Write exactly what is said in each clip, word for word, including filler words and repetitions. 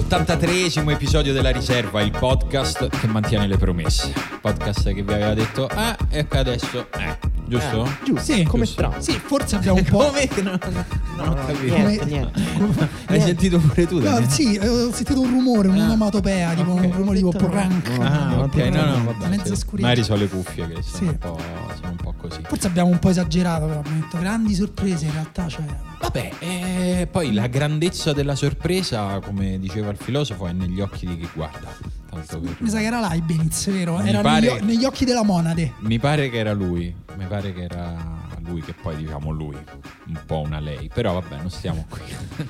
ottantatreesimo episodio della Riserva, il podcast che mantiene le promesse. Podcast che vi aveva detto ah e che adesso eh, giusto? Eh, giusto, sì, come giusto. strano. Sì, forse abbiamo un po'. Come che non, non ho capito. Niente, niente. Hai sentito pure tu? No, Daniele? sì, ho sentito un rumore, un'onomatopea, tipo ok. un rumore tipo porrank. Ah, ok, no, no, vabbè. Mezza scurezza. Magari sono le cuffie che sono, Sì. un po', sono un po' così. Forse abbiamo un po' esagerato, però ammetto. Grandi sorprese in realtà, cioè. Vabbè, eh, poi la grandezza della sorpresa, come diceva il filosofo, è negli occhi di chi guarda. Tanto per... Mi sa che era Leibniz, vero? Mi era pare- negli, o- negli occhi della monade. Mi pare che era lui, mi pare che era lui, che poi diciamo lui, un po' una lei, però vabbè, non stiamo qui.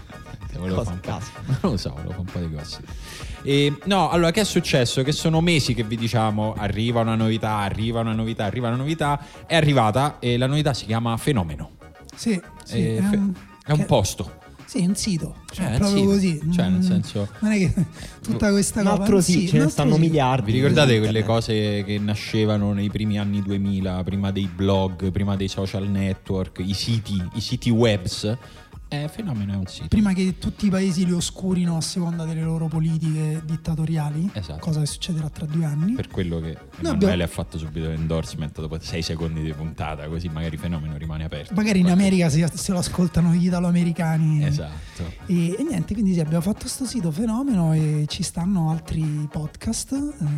Volevo Cosa fare un po', caso. non lo so, volevo fare un po' di gossip. E, no, allora che è successo? Che sono mesi che vi diciamo arriva una novità, arriva una novità, arriva una novità, è arrivata e la novità si chiama Fenomeno. Sì, sì. E è, fe- un, è un che- posto. Sì, è un sito. Cioè, Eh, è un proprio sito. così. Cioè, nel Mm, senso- Non è che tutta questa Un cosa. altro sì, sì, un ce ne altro stanno sì. miliardi. Vi ricordate su quelle internet. cose che nascevano nei primi anni duemila, prima dei blog, prima dei social network, i siti, i siti webs? Eh, Fenomeno è un sito. Prima che tutti i paesi li oscurino a seconda delle loro politiche dittatoriali, Esatto. cosa che succederà tra due anni. Per quello che Noi Emanuele abbiamo- ha fatto subito l'endorsement dopo sei secondi di puntata, così magari Fenomeno rimane aperto. Magari in Qualche- America se, se lo ascoltano gli italo-americani. Esatto. E, e niente, quindi sì, abbiamo fatto sto sito Fenomeno e ci stanno altri podcast,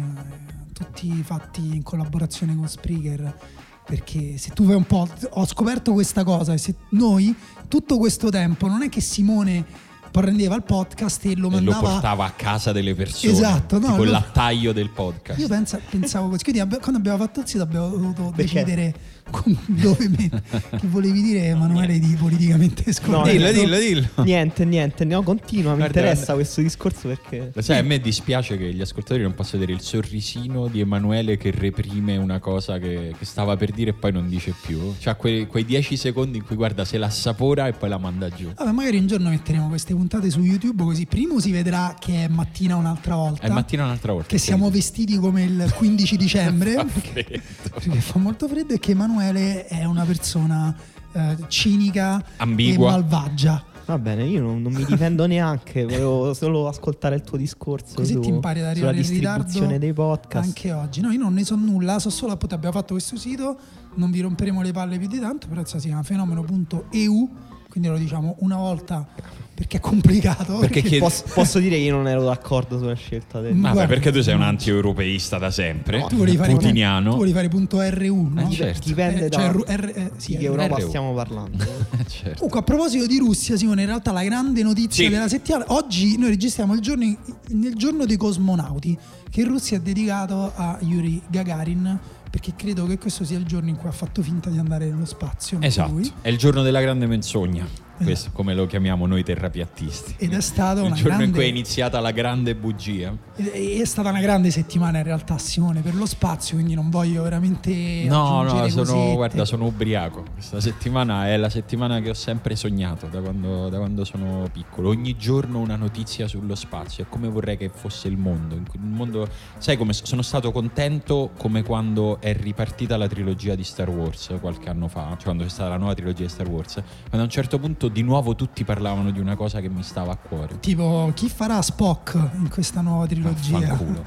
eh, tutti fatti in collaborazione con Spreaker. Perché se tu vai un po', ho scoperto questa cosa, e se noi tutto questo tempo non è che Simone prendeva il podcast e lo E lo mandava. portava a casa delle persone. Esatto, no, tipo lo- il lattaio del podcast. Io pensa- pensavo così, quindi abbi- quando abbiamo fatto il sito abbiamo dovuto Perché? decidere con- dove mettere. Che volevi dire, Emanuele, di politicamente scorretto? No, dillo, no. dillo, dillo. Niente, niente, no, continua, mi Guarda, interessa guarda. questo discorso perché Lo sai, a me dispiace che gli ascoltatori non possano vedere il sorrisino di Emanuele che reprime una cosa che, che stava per dire e poi non dice più. Cioè quei, quei dieci secondi in cui guarda se la assapora e poi la manda giù. Vabbè, magari un giorno metteremo queste puntate su YouTube, così primo si vedrà che è mattina un'altra volta. È mattina un'altra volta. Che siamo vestiti come il quindici dicembre. Fa perché, freddo. perché fa molto freddo e che Emanuele è una persona eh, cinica Ambigua. e malvagia. va bene, io non, non mi difendo neanche, volevo solo ascoltare il tuo discorso Così su- ti impari ad sulla arrivare in ritardo distribuzione dei podcast. anche oggi. No, io non ne so nulla, so solo appunto abbiamo fatto questo sito, non vi romperemo le palle più di tanto, però si chiama fenomeno punto e u, quindi lo diciamo una volta perché è complicato. Perché chiede- Posso, posso dire che io non ero d'accordo sulla scelta del... Ma- Vabbè, Guarda, perché tu sei un no. anti-europeista da sempre, tu volevi fare putiniano. tu volevi fare punto .ru, no? Eh, certo. Dipende Eh, da cioè, ru- R- eh, sì, di che R- Europa R U. stiamo parlando. Certo. Comunque, a proposito di Russia, Simone, in realtà la grande notizia Sì. della settimana, oggi noi registriamo il giorno in- nel giorno dei cosmonauti, che in Russia è dedicato a Yuri Gagarin, perché credo che questo sia il giorno in cui ha fatto finta di andare nello spazio. anche Esatto, lui. è il giorno della grande menzogna, questo come lo chiamiamo noi terrapiattisti. Ed è stato il una giorno in grande- cui è iniziata la grande bugia. Ed È stata una grande settimana in realtà, Simone, per lo spazio, quindi non voglio veramente No, aggiungere no, sono, cosette. guarda, sono ubriaco. Questa settimana è la settimana che ho sempre sognato da quando, da quando sono piccolo. Ogni giorno una notizia sullo spazio. È come vorrei che fosse il mondo. In cui- il mondo, sai come s- sono stato contento come quando è ripartita la trilogia di Star Wars qualche anno fa, cioè quando c'è stata la nuova trilogia di Star Wars, quando a un certo punto di nuovo tutti parlavano di una cosa che mi stava a cuore. Tipo, chi farà Spock in questa nuova trilogia? Vaffanculo.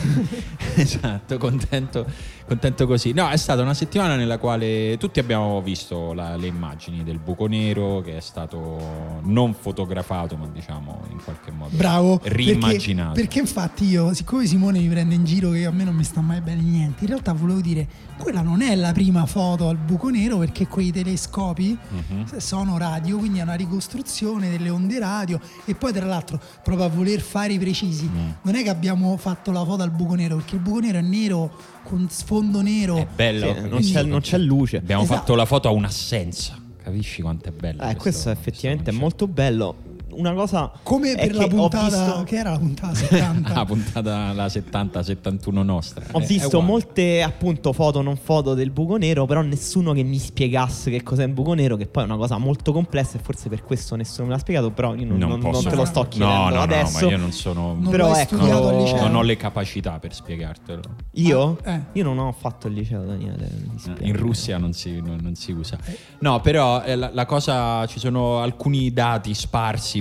Esatto, contento, contento così. No, è stata una settimana nella quale tutti abbiamo visto la- le immagini del buco nero che è stato non fotografato, ma diciamo in qualche modo Bravo, riimmaginato. Perché, perché infatti io, siccome Simone mi prende in giro che a me non mi sta mai bene niente, in realtà volevo dire, quella non è la prima foto al buco nero, perché quei telescopi Mhm. sono radio, quindi è una ricostruzione delle onde radio, e poi tra l'altro proprio a voler fare i precisi, Mm. non è che abbiamo fatto la foto al buco nero, perché il buco nero è nero con sfondo nero. È bello, Sì, non capisci? c'è- non c'è luce. Abbiamo Esatto. fatto la foto a un'assenza. Capisci quanto è bello? Eh, questo effettivamente è molto bello. Una cosa Come è per la che ho puntata, visto- che era la puntata settanta. La puntata la settanta settantuno nostra. Ho È- è visto uguale. molte appunto foto non foto del buco nero, però nessuno che mi spiegasse che cos'è il buco nero, che poi è una cosa molto complessa e forse per questo nessuno me l'ha spiegato, però io non, non- non posso te lo sto farlo. chiedendo no, no, adesso. No, ma io non sono. Non Però l'hai ecco, studiato al liceo? Non ho le capacità per spiegartelo. Io? Ah, eh. Io non ho fatto il liceo, Daniele. mi dispiace. In Russia non si, non- non si usa. No, però eh, la, la cosa, ci sono alcuni dati sparsi,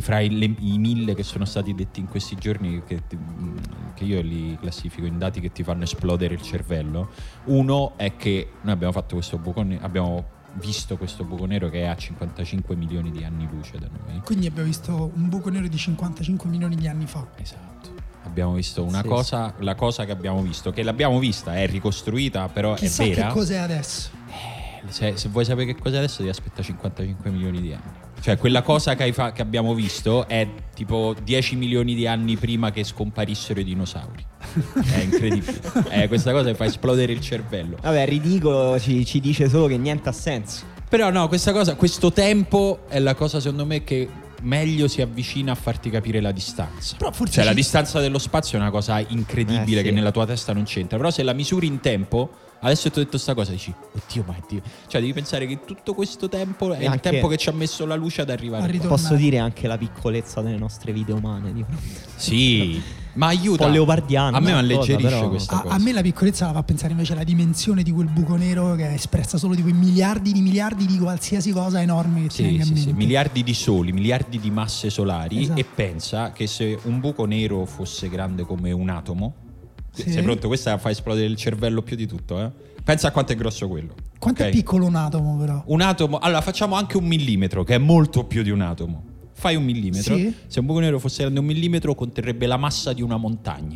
fra i, le, i mille che sono stati detti in questi giorni, che, che io li classifico in dati che ti fanno esplodere il cervello. Uno è che noi abbiamo fatto questo buco nero, abbiamo visto questo buco nero che è a cinquantacinque milioni di anni luce da noi. Quindi abbiamo visto un buco nero di cinquantacinque milioni di anni fa. Esatto. Abbiamo visto una sì, cosa, sì. La cosa che abbiamo visto, che l'abbiamo vista, è ricostruita, però chissà è vera. Che cos'è adesso? Eh, se, se vuoi sapere che cos'è adesso, devi aspettare cinquantacinque milioni di anni. Cioè, quella cosa che, hai fa- che abbiamo visto è tipo dieci milioni di anni prima che scomparissero i dinosauri. È incredibile. È questa cosa che fa esplodere il cervello. Vabbè, ridicolo, ci, ci dice solo che niente ha senso. Però no, questa cosa, questo tempo è la cosa secondo me che meglio si avvicina a farti capire la distanza. Però forse cioè ci... la distanza dello spazio è una cosa incredibile, eh, sì. che nella tua testa non c'entra. Però se la misuri in tempo, adesso ti ho detto sta cosa, dici oddio, ma è Dio. Cioè devi pensare che tutto questo tempo è anche... il tempo che ci ha messo la luce ad arrivare. Posso dire anche la piccolezza delle nostre vite umane di fronte. Sì, ma aiuta. Un po' leopardiano. A me cosa, alleggerisce però... questa a, cosa. a me la piccolezza la fa pensare invece alla dimensione di quel buco nero, che è espressa solo di quei miliardi di miliardi di qualsiasi cosa enorme che ti Sì, venga sì, in sì, mente. miliardi di soli, miliardi di masse solari. Esatto. E pensa che se un buco nero fosse grande come un atomo, Sì. sei pronto? Questa fa esplodere il cervello più di tutto, eh? Pensa a quanto è grosso quello. Quanto okay? è piccolo un atomo, però? Un atomo, allora facciamo anche un millimetro, che è molto più di un atomo. Fai un millimetro. Sì. Se un buco nero fosse grande un millimetro, conterrebbe la massa di una montagna.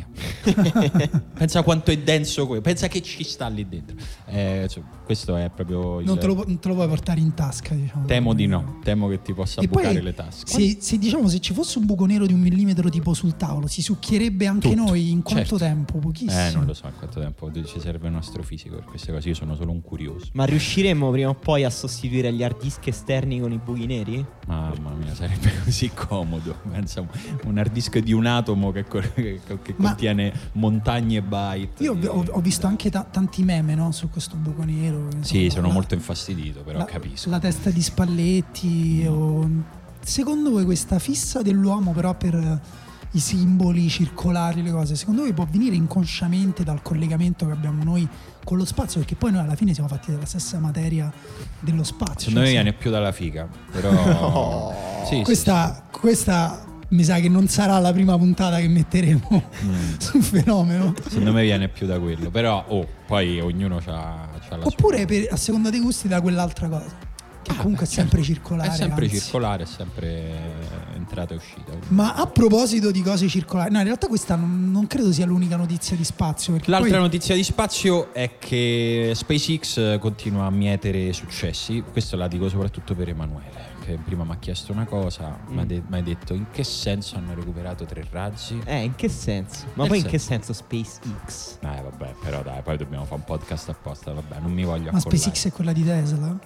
Pensa quanto è denso quello. Pensa che ci sta lì dentro. Eh, cioè, questo è proprio il... Non te, lo, non te lo puoi portare in tasca, diciamo. Temo di no. Temo che ti possa E bucare poi, le tasche. Se, se diciamo se ci fosse un buco nero di un millimetro tipo sul tavolo, si succhierebbe anche Tutto. noi in quanto Certo. tempo? Pochissimo. Eh, non lo so in quanto tempo ci serve il nostro fisico per queste cose. Io sono solo un curioso. Ma riusciremmo prima o poi a sostituire gli hard disk esterni con i buchi neri? Mamma mia, sarebbe così comodo. Pensa un hard disk di un atomo che, co- che, che Ma contiene montagne byte. Io di... ho, ho visto anche ta- tanti meme, no, su questo buco nero. Insomma, Sì, sono la, molto infastidito, però la, capisco. La testa di Spalletti. O... Secondo voi questa fissa dell'uomo però per i simboli circolari, le cose, secondo voi può venire inconsciamente dal collegamento che abbiamo noi con lo spazio? Perché poi noi alla fine siamo fatti della stessa materia dello spazio. Secondo me cioè, viene più dalla figa, però... No. Sì, questa, sì, questa mi sa che non sarà la prima puntata che metteremo mm. sul fenomeno. Secondo me viene più da quello, però oh, poi ognuno c'ha, c'ha la Oppure sua... per, a seconda dei gusti da quell'altra cosa. Che Ah, comunque beh, è sempre certo. circolare. È sempre anzi. circolare, è sempre entrata e uscita. Ma a proposito di cose circolari, no, in realtà questa non, non credo sia l'unica notizia di spazio. Perché L'altra poi... notizia di spazio è che SpaceX continua a mietere successi. Questo la dico soprattutto per Emanuele, che prima mi ha chiesto una cosa, mm. mi ha detto in che senso hanno recuperato tre razzi. Eh, in che senso? Ma Nel poi senso. in che senso SpaceX? Eh vabbè, però dai, poi dobbiamo fare un podcast apposta, vabbè, non mi voglio Ma accollare. SpaceX è quella di Tesla?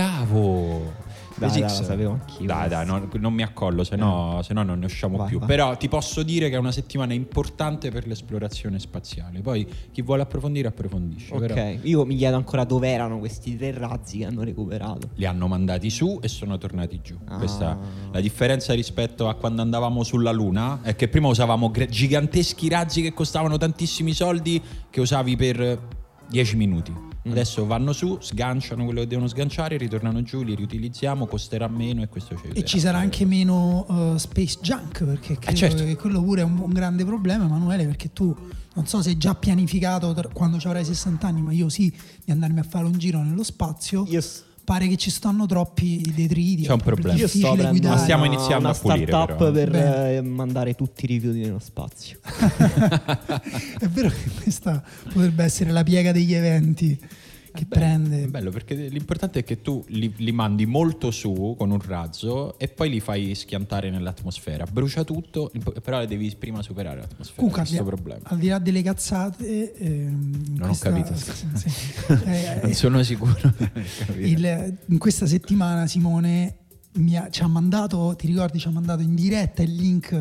Bravo! Dai, SpaceX, dai, lo sapevo anch'io. Dai, dai, non, non mi accollo, se no, se no non ne usciamo Vai, più. vai. Però ti posso dire che è una settimana importante per l'esplorazione spaziale. Poi chi vuole approfondire approfondisce. Ok, Però io mi chiedo ancora dove erano questi tre razzi che hanno recuperato. li hanno mandati su e sono tornati giù. Ah. Questa la differenza rispetto a quando andavamo sulla Luna è che prima usavamo gre- giganteschi razzi che costavano tantissimi soldi, che usavi per dieci minuti. Adesso vanno su, sganciano quello che devono sganciare, ritornano giù, li riutilizziamo, costerà meno e questo ci aiuterà. E ci sarà anche meno uh, space junk, perché credo Eh, certo. che quello pure è un, un grande problema, Emanuele, perché tu non so se hai già pianificato tra- quando ci avrai sessanta anni, ma io sì, di andarmi a fare un giro nello spazio. Io s- Pare che ci stanno troppi detriti, C'è un è proprio problema. Io sto difficile aprendo guidare. Ma stiamo una- iniziando una a pulire, startup però. per Bene. eh, mandare tutti i rifiuti nello spazio. È vero che questa potrebbe essere la piega degli eventi che Bello, prende. è bello perché l'importante è che tu li, li mandi molto su con un razzo e poi li fai schiantare nell'atmosfera. Brucia tutto, però devi prima superare l'atmosfera. Comunque, questo al di, problema. al di là delle cazzate, ehm, in Non questa, ho capito. sì, sì. Eh, Non sono sicuro di capire. il- in questa settimana Simone mi ha, ci ha mandato, ti ricordi, ci ha mandato in diretta il link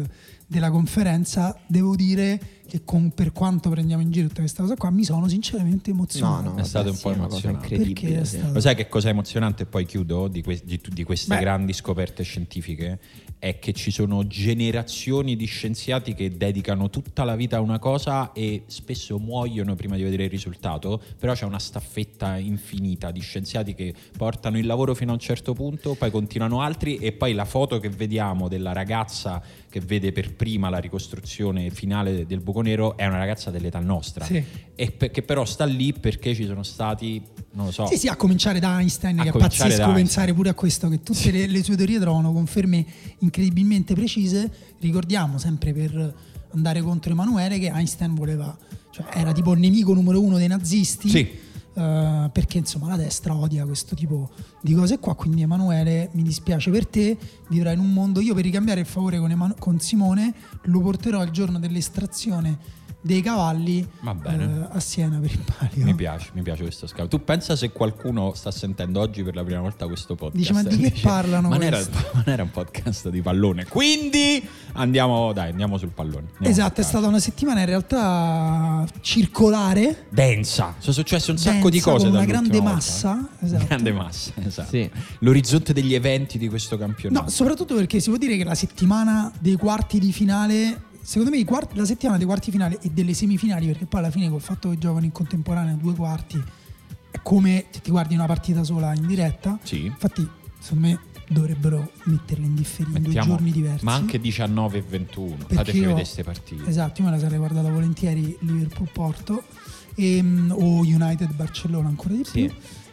della conferenza, devo dire che con, per quanto prendiamo in giro tutta questa cosa qua, mi sono sinceramente emozionato. No, no, È stato vabbè, un po' sì, è una cosa emozionante. incredibile. Perché è sì. stato- Lo sai che cosa è emozionante, e poi chiudo, di, que- di, di queste Beh. grandi scoperte scientifiche? È che ci sono generazioni di scienziati che dedicano tutta la vita a una cosa e spesso muoiono prima di vedere il risultato, però c'è una staffetta infinita di scienziati che portano il lavoro fino a un certo punto, poi continuano altri, e poi la foto che vediamo della ragazza che vede per prima la ricostruzione finale del buco nero è una ragazza dell'età nostra, Sì. e pe- che però sta lì perché ci sono stati, non lo so, Sì, sì, a cominciare da Einstein, A che è cominciare pazzesco da pensare pure a questo, che tutte le, le sue teorie trovano conferme incredibilmente precise. Ricordiamo, sempre per andare contro Emanuele, che Einstein voleva, cioè era tipo il nemico numero uno dei nazisti, Sì. eh, perché insomma la destra odia questo tipo di cose qua. Quindi Emanuele, mi dispiace per te, vivrai in un mondo, io per ricambiare il favore con, Eman- con Simone lo porterò il giorno dell'estrazione dei cavalli Va bene. eh, a Siena per il palio. Mi piace, mi piace questo scavo. Tu pensa se qualcuno sta sentendo oggi per la prima volta questo podcast? Dice, ma di che parlano Ma non era, questi? ma non era un podcast di pallone. Quindi andiamo, dai, andiamo sul pallone. Andiamo Esatto, sul è stata una settimana in realtà circolare, densa. Sono successe un sacco di densa, cose con una dall'ultima grande volta. massa. Esatto. Grande massa, esatto. Sì. L'orizzonte degli eventi di questo campionato. No, soprattutto perché si può dire che la settimana dei quarti di finale, secondo me i quarti, la settimana dei quarti finale e delle semifinali, perché poi alla fine col fatto che giocano in contemporanea due quarti è come se ti guardi una partita sola in diretta. Sì. Infatti secondo me dovrebbero metterle in differita in due Mettiamo- giorni diversi. Ma anche diciannove e ventuno. Perché Fateci io- vedere queste partite. Esatto, io me la sarei guardata volentieri Liverpool-Porto e, mm, o United-Barcellona ancora di Sì. più.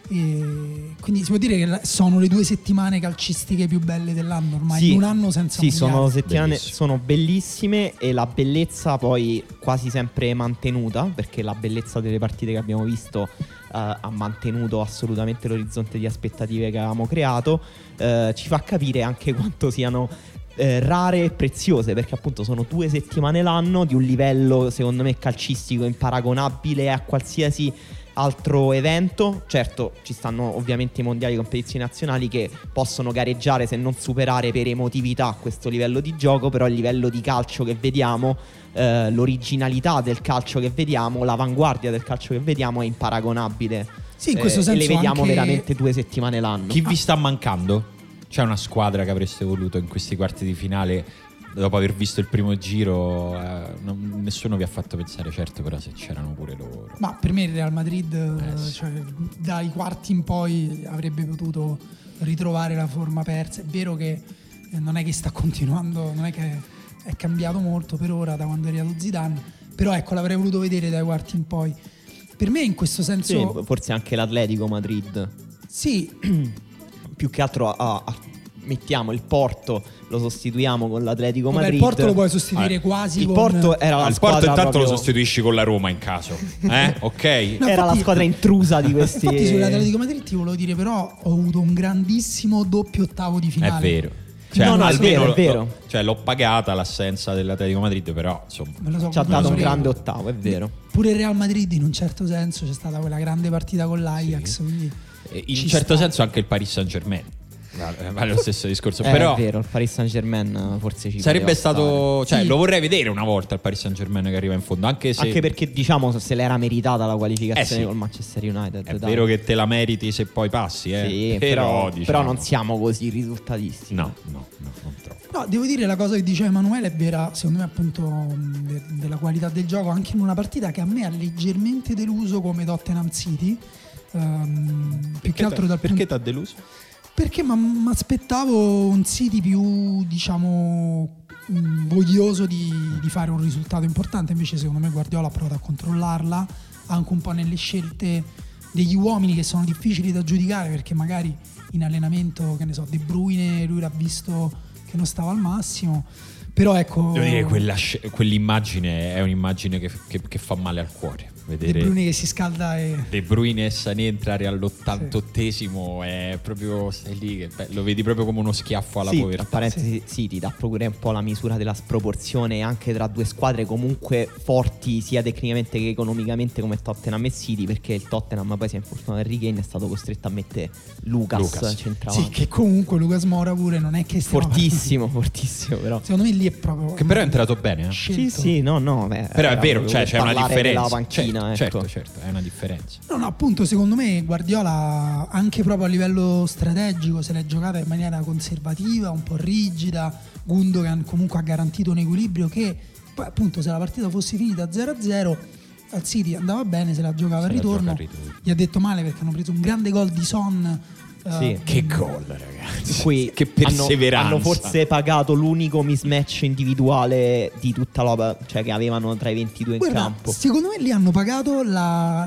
E quindi si può dire che la- sono le due settimane calcistiche più belle dell'anno ormai, Sì. in un anno senza Sì, sono mondiali. settimane, Bellissimo. sono bellissime, e la bellezza poi quasi sempre mantenuta, perché la bellezza delle partite che abbiamo visto eh, ha mantenuto assolutamente l'orizzonte di aspettative che avevamo creato. Eh, ci fa capire anche quanto siano eh, rare e preziose, perché appunto sono due settimane l'anno di un livello secondo me calcistico imparagonabile a qualsiasi altro evento. Certo, ci stanno ovviamente i mondiali, competizioni nazionali che possono gareggiare, se non superare per emotività, questo livello di gioco, però il livello di calcio che vediamo, eh, l'originalità del calcio che vediamo, l'avanguardia del calcio che vediamo è imparagonabile. Sì, in questo Eh, senso e le vediamo anche- veramente due settimane l'anno. Chi vi sta mancando? C'è una squadra che avreste voluto in questi quarti di finale? Dopo aver visto il primo giro, eh, non- nessuno vi ha fatto pensare, certo, però se c'erano pure loro. Ma per me il Real Madrid, Eh, sì. cioè, dai quarti in poi avrebbe potuto ritrovare la forma persa. È vero che eh, non è che sta continuando, non è che è cambiato molto per ora da quando è arrivato Zidane, però ecco, l'avrei voluto vedere dai quarti in poi. Per me in questo Sì, senso forse anche l'Atletico Madrid. sì, Più che altro a- a- mettiamo il Porto, lo sostituiamo con l'Atletico vabbè, Madrid. il Porto lo puoi sostituire Eh, quasi Il con Porto era la Al squadra Porto intanto proprio- lo sostituisci con la Roma in caso, eh? Ok? No, era la infatti- squadra intrusa di questi. Infatti sull'Atletico Madrid ti volevo dire, però ho avuto un grandissimo doppio ottavo di È finale. vero. No, no, è almeno vero, è lo- vero. lo- cioè, l'ho pagata l'assenza dell'Atletico Madrid, però insomma. Me lo so, Ci ha me lo dato so un io. grande ottavo, è vero. Pure il Real Madrid in un certo senso, c'è stata quella grande partita con l'Ajax, quindi Eh, In ci un certo sta. senso anche il Paris Saint Germain. Vale, vale lo stesso discorso. Eh, però è vero, il Paris Saint Germain forse ci sarebbe poteva stato. Cioè, Sì. lo vorrei vedere una volta il Paris Saint Germain che arriva in fondo. Anche se stare. Anche perché diciamo se l'era meritata la qualificazione Eh sì. col Manchester United. è dai. vero che te la meriti se poi passi, eh. Sì, però, però, diciamo, però non siamo così risultatisti. No, no, no, non troppo. no, devo dire la cosa che diceva Emanuele è vera, secondo me appunto mh, de- della qualità del gioco, anche in una partita che a me ha leggermente deluso come Tottenham City, ehm, più che altro dal Perché punto ti ha deluso? perché mi aspettavo un City più, diciamo, mh, voglioso di, di fare un risultato importante. Invece secondo me Guardiola ha provato a controllarla anche un po' nelle scelte degli uomini, che sono difficili da giudicare perché magari in allenamento, che ne so, De Bruyne lui l'ha visto che non stava al massimo, però ecco, Devo dire, quella sc- quell'immagine è un'immagine che, che- che fa male al cuore. vedere De Bruyne che si scalda e De Bruyne e Sané entrare all'ottantottesimo sì. È proprio, sei lì che beh, lo vedi proprio come uno schiaffo alla sì, povertà. Tra parentesi, sì. sì, ti dà proprio un po' la misura della sproporzione anche tra due squadre comunque forti sia tecnicamente che economicamente come Tottenham e City, perché il Tottenham poi si è infortunato Harry Kane, è stato costretto a mettere Lucas, Lucas. centravanti. Sì, che comunque Lucas Moura pure non è che stiamo fortissimo, fortissimo però. Secondo me lì è proprio che però è entrato bene, eh? Sì, sì, no, no, beh, però è vero, cioè c'è una differenza. La panchina, certo, ecco. certo, certo, è una differenza. No, no, appunto, secondo me Guardiola anche proprio a livello strategico se l'è giocata in maniera conservativa, un po' rigida. Gundogan comunque ha garantito un equilibrio che poi appunto se la partita fosse finita zero a zero al City andava bene, se la giocava al ritorno. ritorno. Gli ha detto male perché hanno preso un grande gol di Son. Sì. Uh, che gol, ragazzi. Qui che perseveranza. Hanno, hanno forse pagato l'unico mismatch individuale di tutta l'opera, cioè che avevano tra i ventidue Guarda, in campo. Secondo me lì hanno pagato la,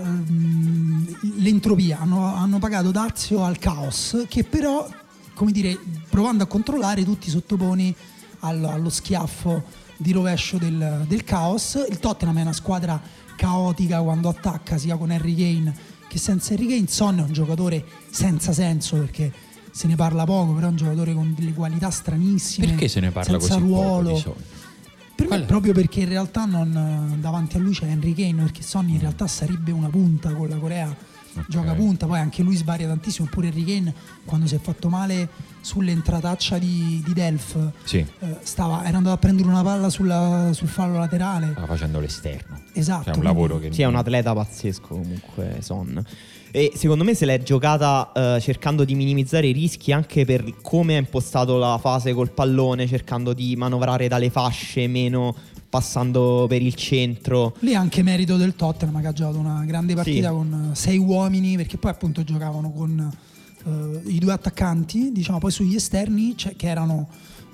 l'entropia, hanno, hanno pagato dazio al caos, che però, come dire, provando a controllare tu ti sottoponi allo, allo schiaffo di rovescio del, del caos. Il Tottenham è una squadra caotica quando attacca, sia con Harry Kane che senza Harry Kane. Son è un giocatore senza senso perché se ne parla poco, però è un giocatore con delle qualità stranissime. Perché se ne parla senza così ruolo. poco di Son? Per Qual me è? proprio perché in realtà non, davanti a lui c'è Harry Kane, perché Son in realtà sarebbe una punta con la Corea, okay. Gioca punta, poi anche lui svaria tantissimo, oppure Harry Kane quando si è fatto male sull'entrataccia di, di Delph, sì. eh, stava, era andato a prendere una palla sulla, sul fallo laterale, stava facendo l'esterno, esatto, cioè un lavoro che sì, è un atleta pazzesco comunque Son. E secondo me se l'è giocata eh, cercando di minimizzare i rischi anche per come ha impostato la fase col pallone, cercando di manovrare dalle fasce, meno passando per il centro. Lì è anche merito del Tottenham che ha giocato una grande partita, sì. Con sei uomini, perché poi appunto giocavano con uh, i due attaccanti, diciamo, poi sugli esterni cioè, che erano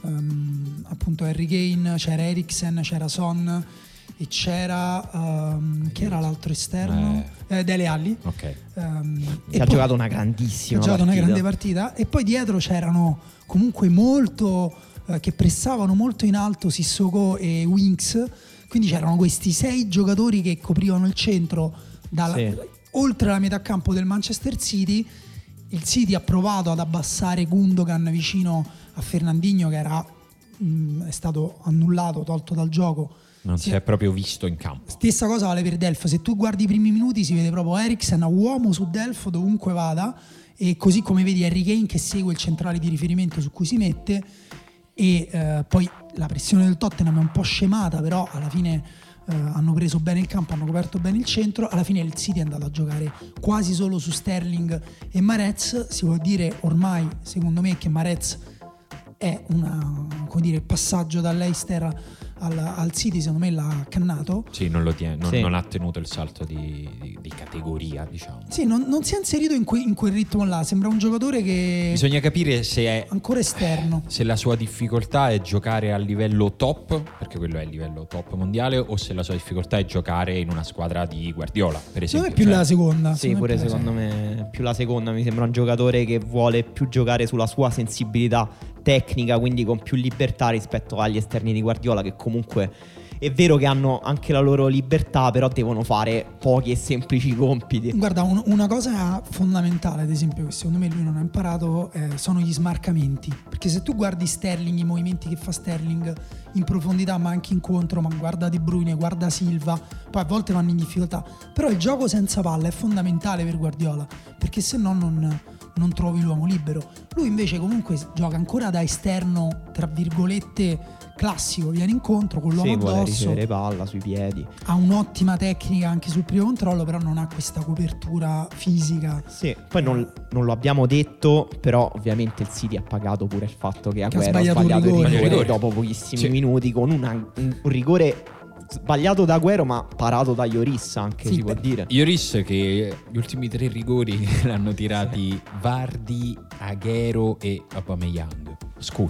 um, appunto Harry Kane, c'era Eriksen, c'era Son e c'era um, chi era l'altro esterno? Eh. Eh, Dele Alli, ok. Um, che ha poi, giocato una grandissima ha giocato partita. una grande partita e poi dietro c'erano comunque molto eh, che pressavano molto in alto Sissoko e Winks, quindi c'erano questi sei giocatori che coprivano il centro dalla, sì. oltre la metà campo del Manchester City. Il City ha provato ad abbassare Gundogan vicino a Fernandinho che era mh, è stato annullato, tolto dal gioco. Non si, si è proprio visto in campo. Stessa cosa vale per Delph. Se tu guardi i primi minuti si vede proprio Eriksen a uomo su Delph dovunque vada, e così come vedi Harry Kane che segue il centrale di riferimento su cui si mette. E eh, poi la pressione del Tottenham è un po' scemata, però alla fine eh, hanno preso bene il campo, hanno coperto bene il centro. Alla fine il City è andato a giocare quasi solo su Sterling e Mahrez. Si può dire ormai, secondo me, che Mahrez è una, come dire, il passaggio dall'Leicester al, al City, secondo me l'ha cannato. Sì, non, lo tiene, non, sì. non ha tenuto il salto di, di, di categoria, diciamo. Sì, non, non si è inserito in, que, in quel ritmo là. Sembra un giocatore che bisogna capire se è ancora esterno, se la sua difficoltà è giocare a livello top, perché quello è il livello top mondiale, o se la sua difficoltà è giocare in una squadra di Guardiola, per esempio. Secondo me è più cioè, la seconda. Sì, pure secondo me più la seconda. Mi sembra un giocatore che vuole più giocare sulla sua sensibilità tecnica, quindi con più libertà rispetto agli esterni di Guardiola, che comunque è vero che hanno anche la loro libertà, però devono fare pochi e semplici compiti. Guarda, un, una cosa fondamentale, ad esempio, che secondo me lui non ha imparato, eh, sono gli smarcamenti. Perché se tu guardi Sterling, i movimenti che fa Sterling in profondità, ma anche in contro, ma guarda De Bruyne, guarda Silva, poi a volte vanno in difficoltà. Però il gioco senza palla è fondamentale per Guardiola, perché se no non, non trovi l'uomo libero. Lui invece comunque gioca ancora da esterno, tra virgolette, classico, viene incontro con l'uomo sì, addosso, vuole ricevere palla sui piedi, ha un'ottima tecnica anche sul primo controllo, però non ha questa copertura fisica. Sì, poi non, non lo abbiamo detto, però ovviamente il City ha pagato pure il fatto che, che Agüero ha sbagliato, sbagliato il rigore, rigore. rigore dopo pochissimi sì. minuti, con una, un, un rigore sbagliato da Agüero ma parato da Lloris anche, sì, si può beh. dire. Lloris che gli ultimi tre rigori l'hanno tirati Vardy, Agüero e Aubameyang. Scusa,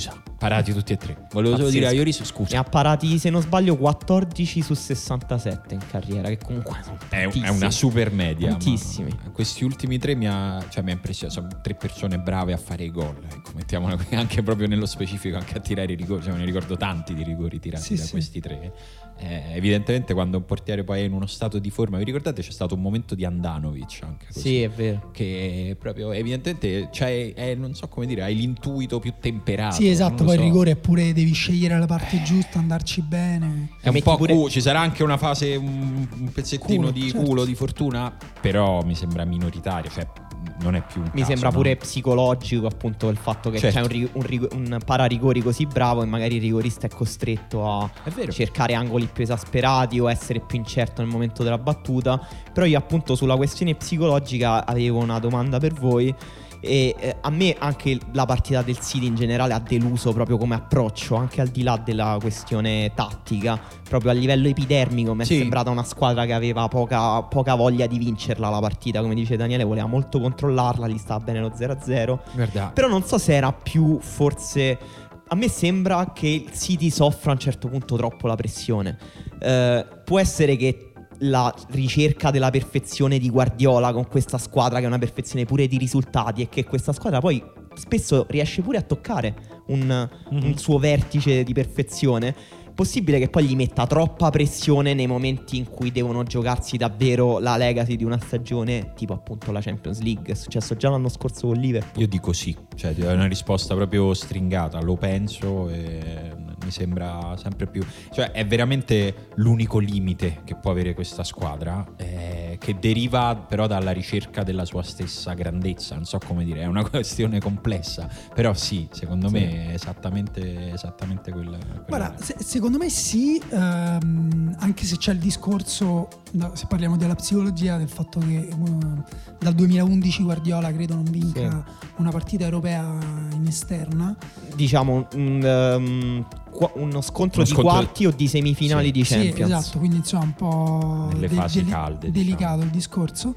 Parati tutti e tre. Volevo solo Pazzesco. dire a Ioris, Ne scusa. ha parati, se non sbaglio, quattordici su sessantasette in carriera, che comunque sono È, è tantissimi. una super media. Tantissimi. Ma questi ultimi tre mi ha, cioè, mi ha impressionato. Sono tre persone brave a fare i gol. Ecco, mettiamola qui, anche proprio nello specifico, anche a tirare i rigori. Cioè, me ne ricordo tanti di rigori tirati Sì, da sì. questi tre. Eh, evidentemente, quando un portiere poi è in uno stato di forma, vi ricordate, c'è stato un momento di Andanovic anche così. Sì, è vero. Che proprio evidentemente c'è, è, non so come dire, hai l'intuito più temperato. Sì, esatto, non lo poi so. il rigore è pure devi scegliere la parte giusta, andarci bene. È un Metti po' pure- cu- ci sarà anche una fase, un, un pezzettino Culo, di certo. culo, di fortuna, però mi sembra minoritario, cioè non è più un Mi caso, sembra no? pure psicologico, appunto, il fatto che Certo. c'è un, rig- un, rig- un pararigori così bravo e magari il rigorista è costretto a È vero. cercare angoli più esasperati o essere più incerto nel momento della battuta. Però io, appunto, sulla questione psicologica avevo una domanda per voi. E eh, a me anche la partita del City in generale ha deluso proprio come approccio, anche al di là della questione tattica, proprio a livello epidermico mi è Sì. sembrata una squadra che aveva poca, poca voglia di vincerla la partita. Come dice Daniele, voleva molto controllarla, gli stava bene lo zero a zero. Guarda, Però non so se era più forse... A me sembra che il City soffra a un certo punto troppo la pressione. Eh, può essere che la ricerca della perfezione di Guardiola con questa squadra, che è una perfezione pure di risultati, e che questa squadra poi spesso riesce pure a toccare un, Mhm. un suo vertice di perfezione. Possibile che poi gli metta troppa pressione nei momenti in cui devono giocarsi davvero la legacy di una stagione, tipo appunto la Champions League. È successo già l'anno scorso con Liverpool. io dico sì, cioè è una risposta proprio stringata, lo penso e mi sembra sempre più, cioè è veramente l'unico limite che può avere questa squadra, eh, che deriva però dalla ricerca della sua stessa grandezza, non so come dire, è una questione complessa, però sì, secondo Sì. me è esattamente, esattamente quella, quella- Guarda, se- secondo me sì, ehm, anche se c'è il discorso, no, se parliamo della psicologia, del fatto che eh, dal duemilaundici Guardiola credo non vinca una partita europea in esterna. Diciamo un, um, qua- uno scontro Uno di scontro- quarti o di semifinali Sì. di Sì, Champions. esatto, quindi insomma un po' Nelle fasi calde, delicato diciamo. il discorso.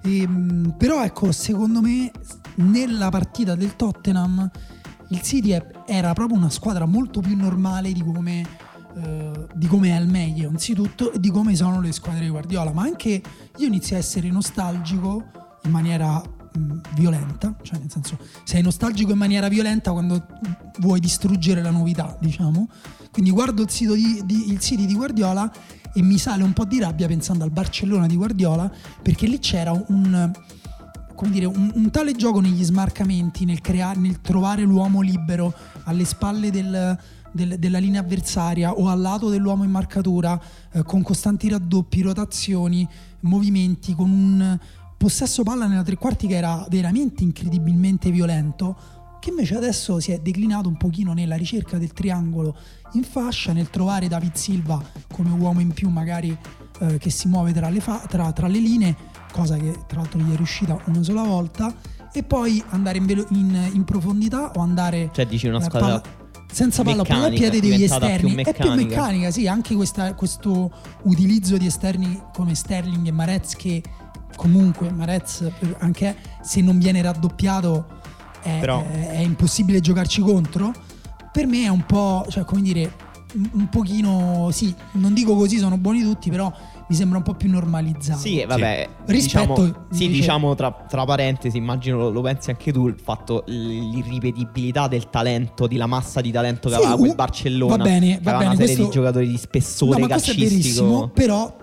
Ehm, però ecco, secondo me nella partita del Tottenham il City è- era proprio una squadra molto più normale di come, eh, di come è al meglio, anzitutto, e di come sono le squadre di Guardiola. Ma anche io inizio a essere nostalgico in maniera mh, violenta, cioè nel senso, sei nostalgico in maniera violenta quando vuoi distruggere la novità, diciamo. Quindi guardo il sito di, di, il City di Guardiola e mi sale un po' di rabbia pensando al Barcellona di Guardiola, perché lì c'era un, come dire, un, un tale gioco negli smarcamenti, nel, crea- nel trovare l'uomo libero alle spalle del, del- della linea avversaria o al lato dell'uomo in marcatura, eh, con costanti raddoppi, rotazioni, movimenti, con un possesso palla nella tre quarti che era veramente incredibilmente violento, che invece adesso si è declinato un pochino nella ricerca del triangolo in fascia, nel trovare David Silva come uomo in più magari, eh, che si muove tra le, fa- tra, tra le linee, cosa che tra l'altro gli è riuscita una sola volta, e poi andare in, velo- in, in profondità o andare Cioè dici una eh, squadra palla- senza palla, palla al meccanica, piede degli diventata esterni. più È più meccanica. meccanica, sì, anche questa- questo utilizzo di esterni come Sterling e Marez, che comunque Marez, per- anche se non viene raddoppiato, è, Però- è- è impossibile giocarci contro. Per me è un po', cioè come dire, un, un pochino, sì, non dico così, sono buoni tutti, però mi sembra un po' più normalizzato. Sì, vabbè, Rispetto, diciamo, sì, invece- diciamo tra, tra parentesi, immagino lo, lo pensi anche tu, il fatto, l'irripetibilità del talento, di la massa di talento che Sì, aveva quel uh, Barcellona, va bene, che va aveva bene, una serie questo- di giocatori di spessore No, ma questo è calcistico. verissimo, però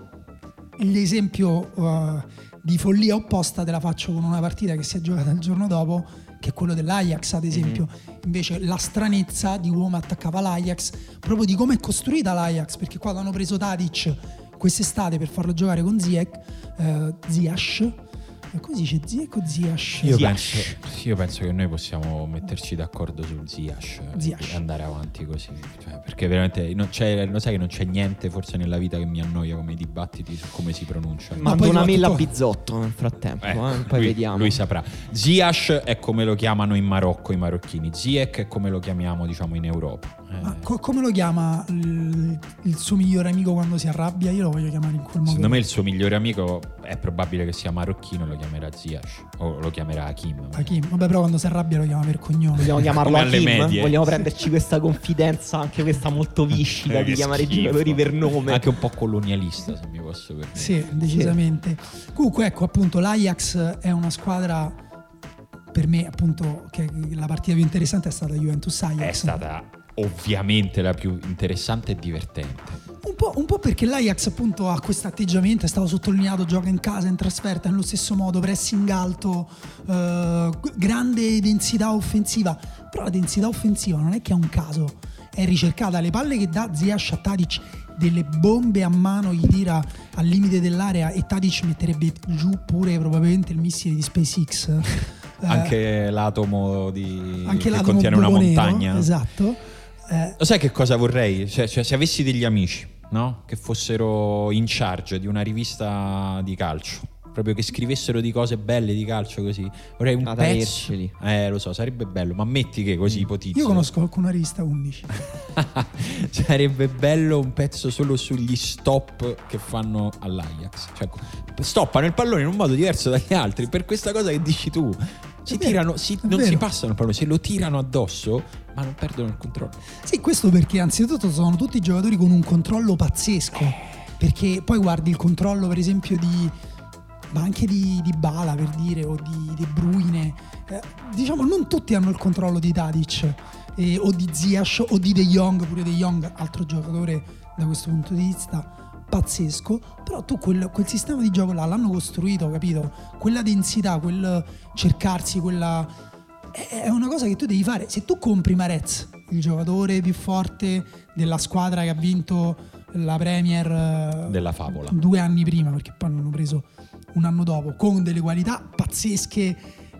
l'esempio uh, di follia opposta te la faccio con una partita che si è giocata il giorno dopo, che è quello dell'Ajax, ad esempio. Mhm. Invece la stranezza di come attaccava l'Ajax, proprio di come è costruita l'Ajax, perché quando hanno preso Tadic quest'estate per farlo giocare con Ziyech, eh, Ziyech, eh, come si dice Ziyech o Ziyech? Io Ziyech. penso, io penso che noi possiamo metterci d'accordo sul Ziyech Ziyech. e andare avanti così, cioè, perché veramente non c'è, lo sai che non c'è niente forse nella vita che mi annoia come i dibattiti su come si pronuncia. Ma Mando poi una soprattutto- mail a Bizzotto nel frattempo, Eh, eh, poi lui, vediamo. lui saprà. Ziyech è come lo chiamano in Marocco i marocchini, Ziyech è come lo chiamiamo diciamo in Europa. Eh, Ma co- come lo chiama il, il suo migliore amico quando si arrabbia? Io lo voglio chiamare in quel modo. Secondo me il suo migliore amico è probabile che sia marocchino, lo chiamerà Ziyech o lo chiamerà Hakim. Hakim, vabbè, però quando si arrabbia lo chiama per cognome. Vogliamo chiamarlo Come alle Hakim? medie. Vogliamo prenderci questa confidenza, anche questa molto viscida, Eh, di che chiamare schifo. i giocatori per nome. Anche un po' colonialista, se mi posso permettere. Sì, decisamente. Comunque, ecco, appunto, l'Ajax è una squadra, per me, appunto, che la partita più interessante è stata Juventus-Ajax. È stata ovviamente la più interessante e divertente. Un po', un po' perché l'Ajax appunto ha questo atteggiamento, è stato sottolineato, gioca in casa, in trasferta, nello stesso modo, pressing alto, eh, grande densità offensiva, però la densità offensiva non è che è un caso, è ricercata. Le palle che dà Ziyech a Tadic, delle bombe a mano gli tira al limite dell'area e Tadic metterebbe giù pure probabilmente il missile di SpaceX. Eh, Anche l'atomo di anche che l'atomo contiene una buco nero, montagna. esatto. Eh, Lo sai che cosa vorrei? Cioè, cioè, se avessi degli amici, no? Che fossero in charge di una rivista di calcio, proprio che scrivessero di cose belle di calcio così, vorrei un Ad pezzo. averceli. Eh, lo so, sarebbe bello, ma metti che così ipotizzo. io conosco qualcuna rivista undici. Sarebbe bello un pezzo solo sugli stop che fanno all'Ajax. Cioè, stoppano il pallone in un modo diverso dagli altri per questa cosa che dici tu. Si È vero, tirano, si- è non vero. si passano il pallone, se lo tirano addosso, ma non perdono il controllo. Sì, questo perché anzitutto sono tutti giocatori con un controllo pazzesco, perché poi guardi il controllo per esempio di, ma anche di, di Bala, per dire, o di De Bruyne, eh, diciamo non tutti hanno il controllo di Tadic, eh, o di Ziyech o di De Jong, pure De Jong, altro giocatore da questo punto di vista pazzesco. Però tu quel, quel sistema di gioco là l'hanno costruito, capito? Quella densità, quel cercarsi, quella è una cosa che tu devi fare. Se tu compri Mahrez, il giocatore più forte della squadra che ha vinto la Premier eh, Della favola. due anni prima, perché poi l'hanno preso un anno dopo, con delle qualità pazzesche,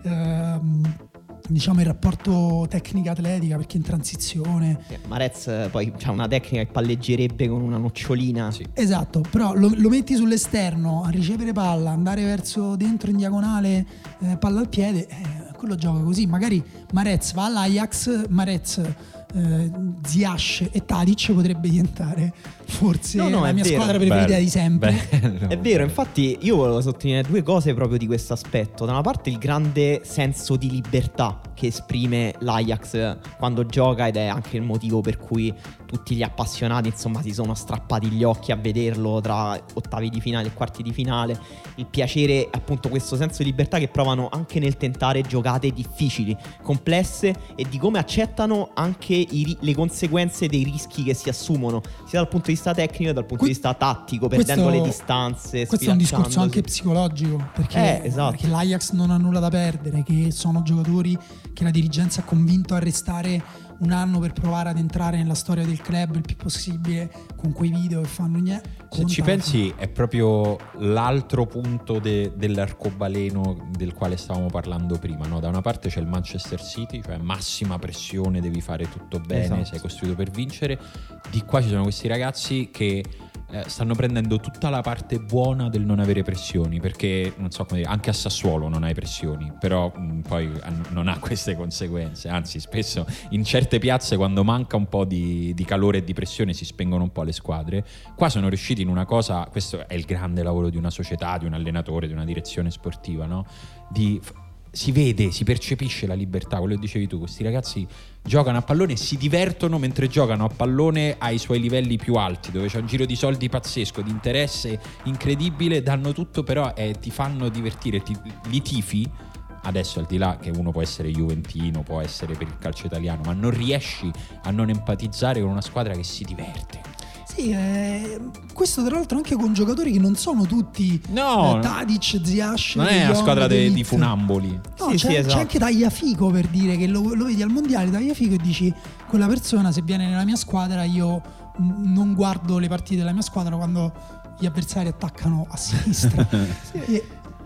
ehm, diciamo il rapporto tecnica-atletica, perché in transizione, Eh, Mahrez eh, poi c'ha una tecnica che palleggerebbe con una nocciolina. Sì. esatto, però lo, lo metti sull'esterno a ricevere palla, andare verso dentro in diagonale, eh, palla al piede, eh, quello gioca così. Magari Mahrez va all'Ajax, Mahrez, eh, Ziyech e Tadic potrebbe diventare forse No, no, la è mia vero. squadra preferita Bello, di sempre. bello, È vero, bello. infatti io volevo sottolineare due cose proprio di questo aspetto. Da una parte il grande senso di libertà che esprime l'Ajax quando gioca, ed è anche il motivo per cui tutti gli appassionati insomma si sono strappati gli occhi a vederlo tra ottavi di finale e quarti di finale. Il piacere, appunto, questo senso di libertà che provano anche nel tentare giocate difficili, complesse, e di come accettano anche i ri- le conseguenze dei rischi che si assumono, sia dal punto di vista tecnico che dal punto Que- di vista tattico, questo- perdendo le distanze. Questo è un discorso sfilacciandosi. anche psicologico, perché, Eh, esatto. perché l'Ajax non ha nulla da perdere, che sono giocatori che la dirigenza ha convinto a restare un anno per provare ad entrare nella storia del club il più possibile, con quei video che fanno niente. Se ci pensi è proprio l'altro punto de- dell'arcobaleno del quale stavamo parlando prima, no? Da una parte c'è il Manchester City, cioè massima pressione, devi fare tutto bene, Esatto. sei costruito per vincere. Di qua ci sono questi ragazzi che eh, stanno prendendo tutta la parte buona del non avere pressioni, perché non so come dire, anche a Sassuolo non hai pressioni, però mh, poi eh, non ha queste conseguenze, anzi spesso in certe piazze quando manca un po' di, di calore e di pressione si spengono un po' le squadre. Qua sono riusciti in una cosa, questo è il grande lavoro di una società, di un allenatore, di una direzione sportiva, no? Di si vede, si percepisce la libertà, quello che dicevi tu, questi ragazzi giocano a pallone e si divertono mentre giocano a pallone ai suoi livelli più alti, dove c'è un giro di soldi pazzesco, di interesse incredibile, danno tutto, però eh, ti fanno divertire, ti, li tifi. Adesso, al di là che uno può essere juventino, può essere per il calcio italiano, ma non riesci a non empatizzare con una squadra che si diverte. Sì, eh, questo tra l'altro anche con giocatori che non sono tutti No, eh, Tadic, Ziyech, non De è una Jong, squadra de- De di Ligt. funamboli. No, Sì, c'è, sì, esatto. c'è anche Tagliafico, per dire, che lo, lo vedi al mondiale, Tagliafico, e dici quella persona se viene nella mia squadra io m- non guardo le partite della mia squadra quando gli avversari attaccano a sinistra. E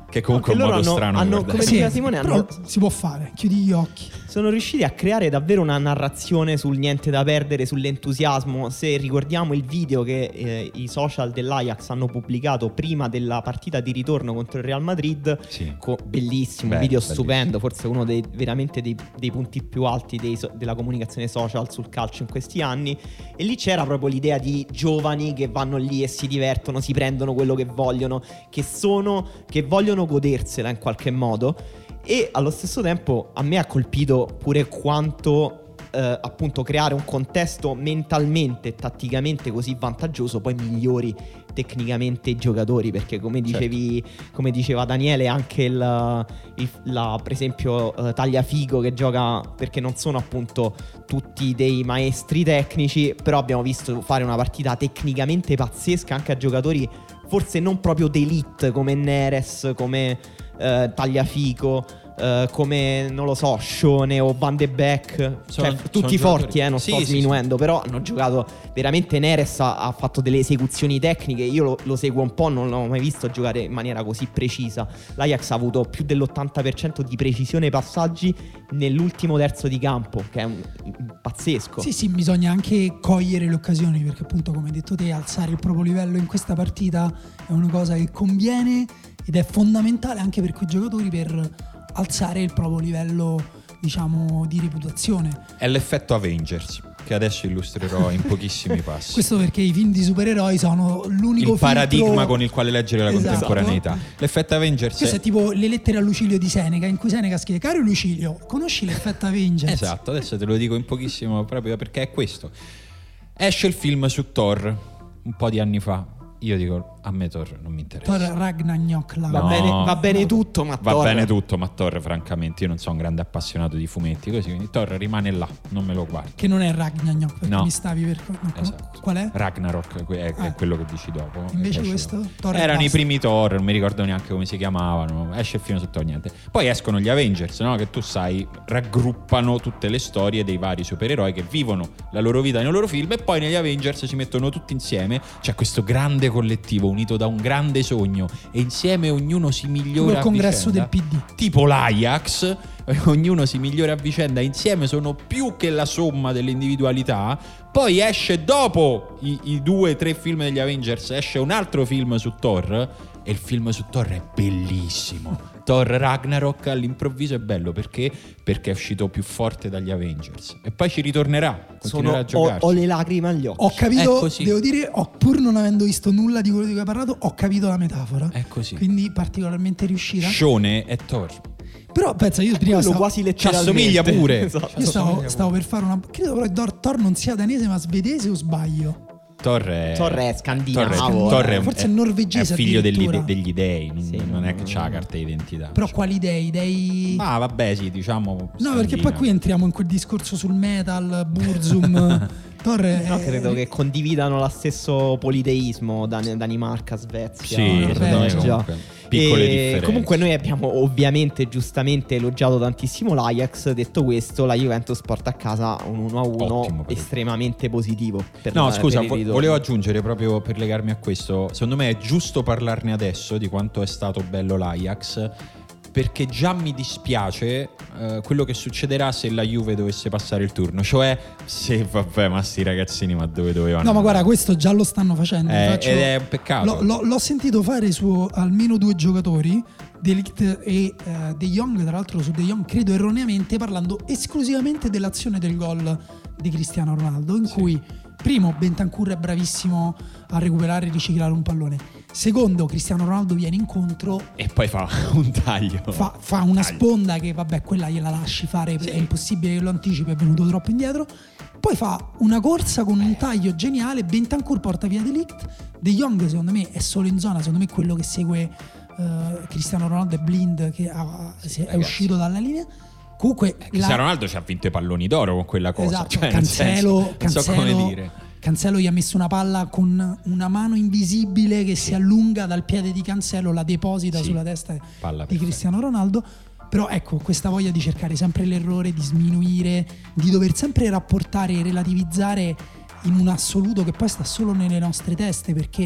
Che comunque No, è un che modo loro strano. hanno- di hanno- guardare. come Sì, diceva Simone, però hanno- si può fare, chiudi gli occhi. Sono riusciti a creare davvero una narrazione sul niente da perdere, sull'entusiasmo. Se ricordiamo il video che eh, i social dell'Ajax hanno pubblicato prima della partita di ritorno contro il Real Madrid, Sì. co- bellissimo, Beh, un video bellissimo. stupendo, forse uno dei veramente dei, dei punti più alti dei so- della comunicazione social sul calcio in questi anni. E lì c'era proprio l'idea di giovani che vanno lì e si divertono, si prendono quello che vogliono, che sono, che vogliono godersela in qualche modo. E allo stesso tempo a me ha colpito pure quanto eh, appunto creare un contesto mentalmente e tatticamente così vantaggioso poi migliori tecnicamente i giocatori, perché come dicevi, come diceva Daniele, anche il, il- la, per esempio eh, Tagliafico che gioca, perché non sono appunto tutti dei maestri tecnici, però abbiamo visto fare una partita tecnicamente pazzesca anche a giocatori forse non proprio d'elite come Neres, come eh, Tagliafico, eh, come non lo so, Scione o Van de Beek, Sono- cioè sono tutti giocatori- forti, eh, non Sì, sto sì, sì. sminuendo, però hanno giocato veramente. Neres ha, ha fatto delle esecuzioni tecniche, io lo, lo seguo un po', non l'ho mai visto giocare in maniera così precisa. L'Ajax ha avuto più dell'ottanta per cento di precisione ai passaggi nell'ultimo terzo di campo, che è un, un pazzesco. Sì, sì, bisogna anche cogliere le occasioni, perché appunto, come hai detto te, alzare il proprio livello in questa partita è una cosa che conviene ed è fondamentale anche per quei giocatori per alzare il proprio livello, diciamo, di reputazione. È l'effetto Avengers, che adesso illustrerò in pochissimi passi. Questo perché i film di supereroi sono l'unico Il paradigma filtro... con il quale leggere la Esatto. contemporaneità. L'effetto Avengers Questo è è... tipo le lettere a Lucilio di Seneca, in cui Seneca scrive: caro Lucilio, conosci l'effetto Avengers? Esatto, adesso te lo dico in pochissimo proprio perché è questo. Esce il film su Thor un po' di anni fa. Io dico, a me Thor non mi interessa. Thor Ragnarok là. Va, No. bene, va bene tutto, ma Va Thor- bene tutto, ma Thor francamente io non sono un grande appassionato di fumetti, così quindi Thor rimane là, non me lo guardo. Che non è Ragnarok, perché No. mi stavi per... no, Esatto. Qual è? Ragnarok que- è, è Ah. quello che dici dopo. Invece Esce questo? dopo. Thor e Erano i basta. primi Thor, non mi ricordo neanche come si chiamavano. Esce il film su Thor, niente. Poi escono gli Avengers, no? Che tu sai, raggruppano tutte le storie dei vari supereroi che vivono la loro vita nei loro film, e poi negli Avengers si mettono tutti insieme. C'è questo grande collettivo unito da un grande sogno, e insieme ognuno si migliora Il a congresso vicenda. del P D. Tipo l'Ajax, ognuno si migliora a vicenda, insieme sono più che la somma delle individualità. Poi esce dopo i, i due tre film degli Avengers, esce un altro film su Thor, e il film su Thor è bellissimo. Thor Ragnarok all'improvviso è bello perché perché è uscito più forte dagli Avengers, e poi ci ritornerà, Sono, continuerà a ho, giocarci. ho le lacrime agli occhi. Ho capito, È così. devo dire, ho, pur non avendo visto nulla di quello di cui hai parlato, ho capito la metafora. È così. Quindi particolarmente riuscita. Scione è Thor. Però pensa, io prima Quello stavo, quasi Ci letteralmente. assomiglia pure. Esatto. io stavo, stavo per fare una... Credo però che Thor, Thor non sia danese ma svedese, o sbaglio? Thor è, Thor è scandinavo. Thor è, Thor è un- Forse è norvegese è figlio degli, addirittura. degli dei, non, Sì, non è che no. c'ha la carta d'identità. Però quali dei? Dei... Ah, vabbè, sì, diciamo. No, perché poi qui entriamo in quel discorso sul metal, Burzum. Thor è... No, credo che condividano lo stesso politeismo, Dan- Danimarca, Svezia, Sì, vabbè, Norvegia. comunque, piccole E differenze. comunque noi abbiamo ovviamente giustamente elogiato tantissimo l'Ajax. Detto questo, la Juventus porta a casa un uno a uno Ottimo pareggio. estremamente positivo per No, la- scusa, per il vo- ritorno. volevo aggiungere proprio per legarmi a questo. Secondo me è giusto parlarne adesso di quanto è stato bello l'Ajax, perché già mi dispiace eh, quello che succederà se la Juve dovesse passare il turno. Cioè, se vabbè, ma sti ragazzini, ma dove dovevano? No, ma guarda, questo già lo stanno facendo. Eh, Faccio- ed è un peccato. L'ho, l'ho- l'ho sentito fare su almeno due giocatori, De Ligt e eh, De Jong, tra l'altro su De Jong credo erroneamente, parlando esclusivamente dell'azione del gol di Cristiano Ronaldo, in cui primo Bentancur è bravissimo a recuperare e riciclare un pallone, secondo Cristiano Ronaldo viene incontro, E poi fa un taglio. fa, fa una sponda che vabbè, quella gliela lasci fare, è impossibile che lo anticipi, è venuto troppo indietro. Poi fa una corsa con un taglio geniale, Bentancur porta via De Ligt. De Jong secondo me è solo in zona, secondo me è quello che segue eh, Cristiano Ronaldo è blind, che ha- si è ragazzi. uscito dalla linea. Comunque Cristiano Ronaldo ci ha vinto i palloni d'oro con quella cosa. Esatto, Cioè, nel Cancelo, senso, non so Cancelo, come dire. Cancelo gli ha messo una palla con una mano invisibile che si allunga dal piede di Cancelo, la deposita Sì, sulla testa palla di perfetta. Cristiano Ronaldo. Però ecco, questa voglia di cercare sempre l'errore, di sminuire, di dover sempre rapportare e relativizzare in un assoluto che poi sta solo nelle nostre teste, perché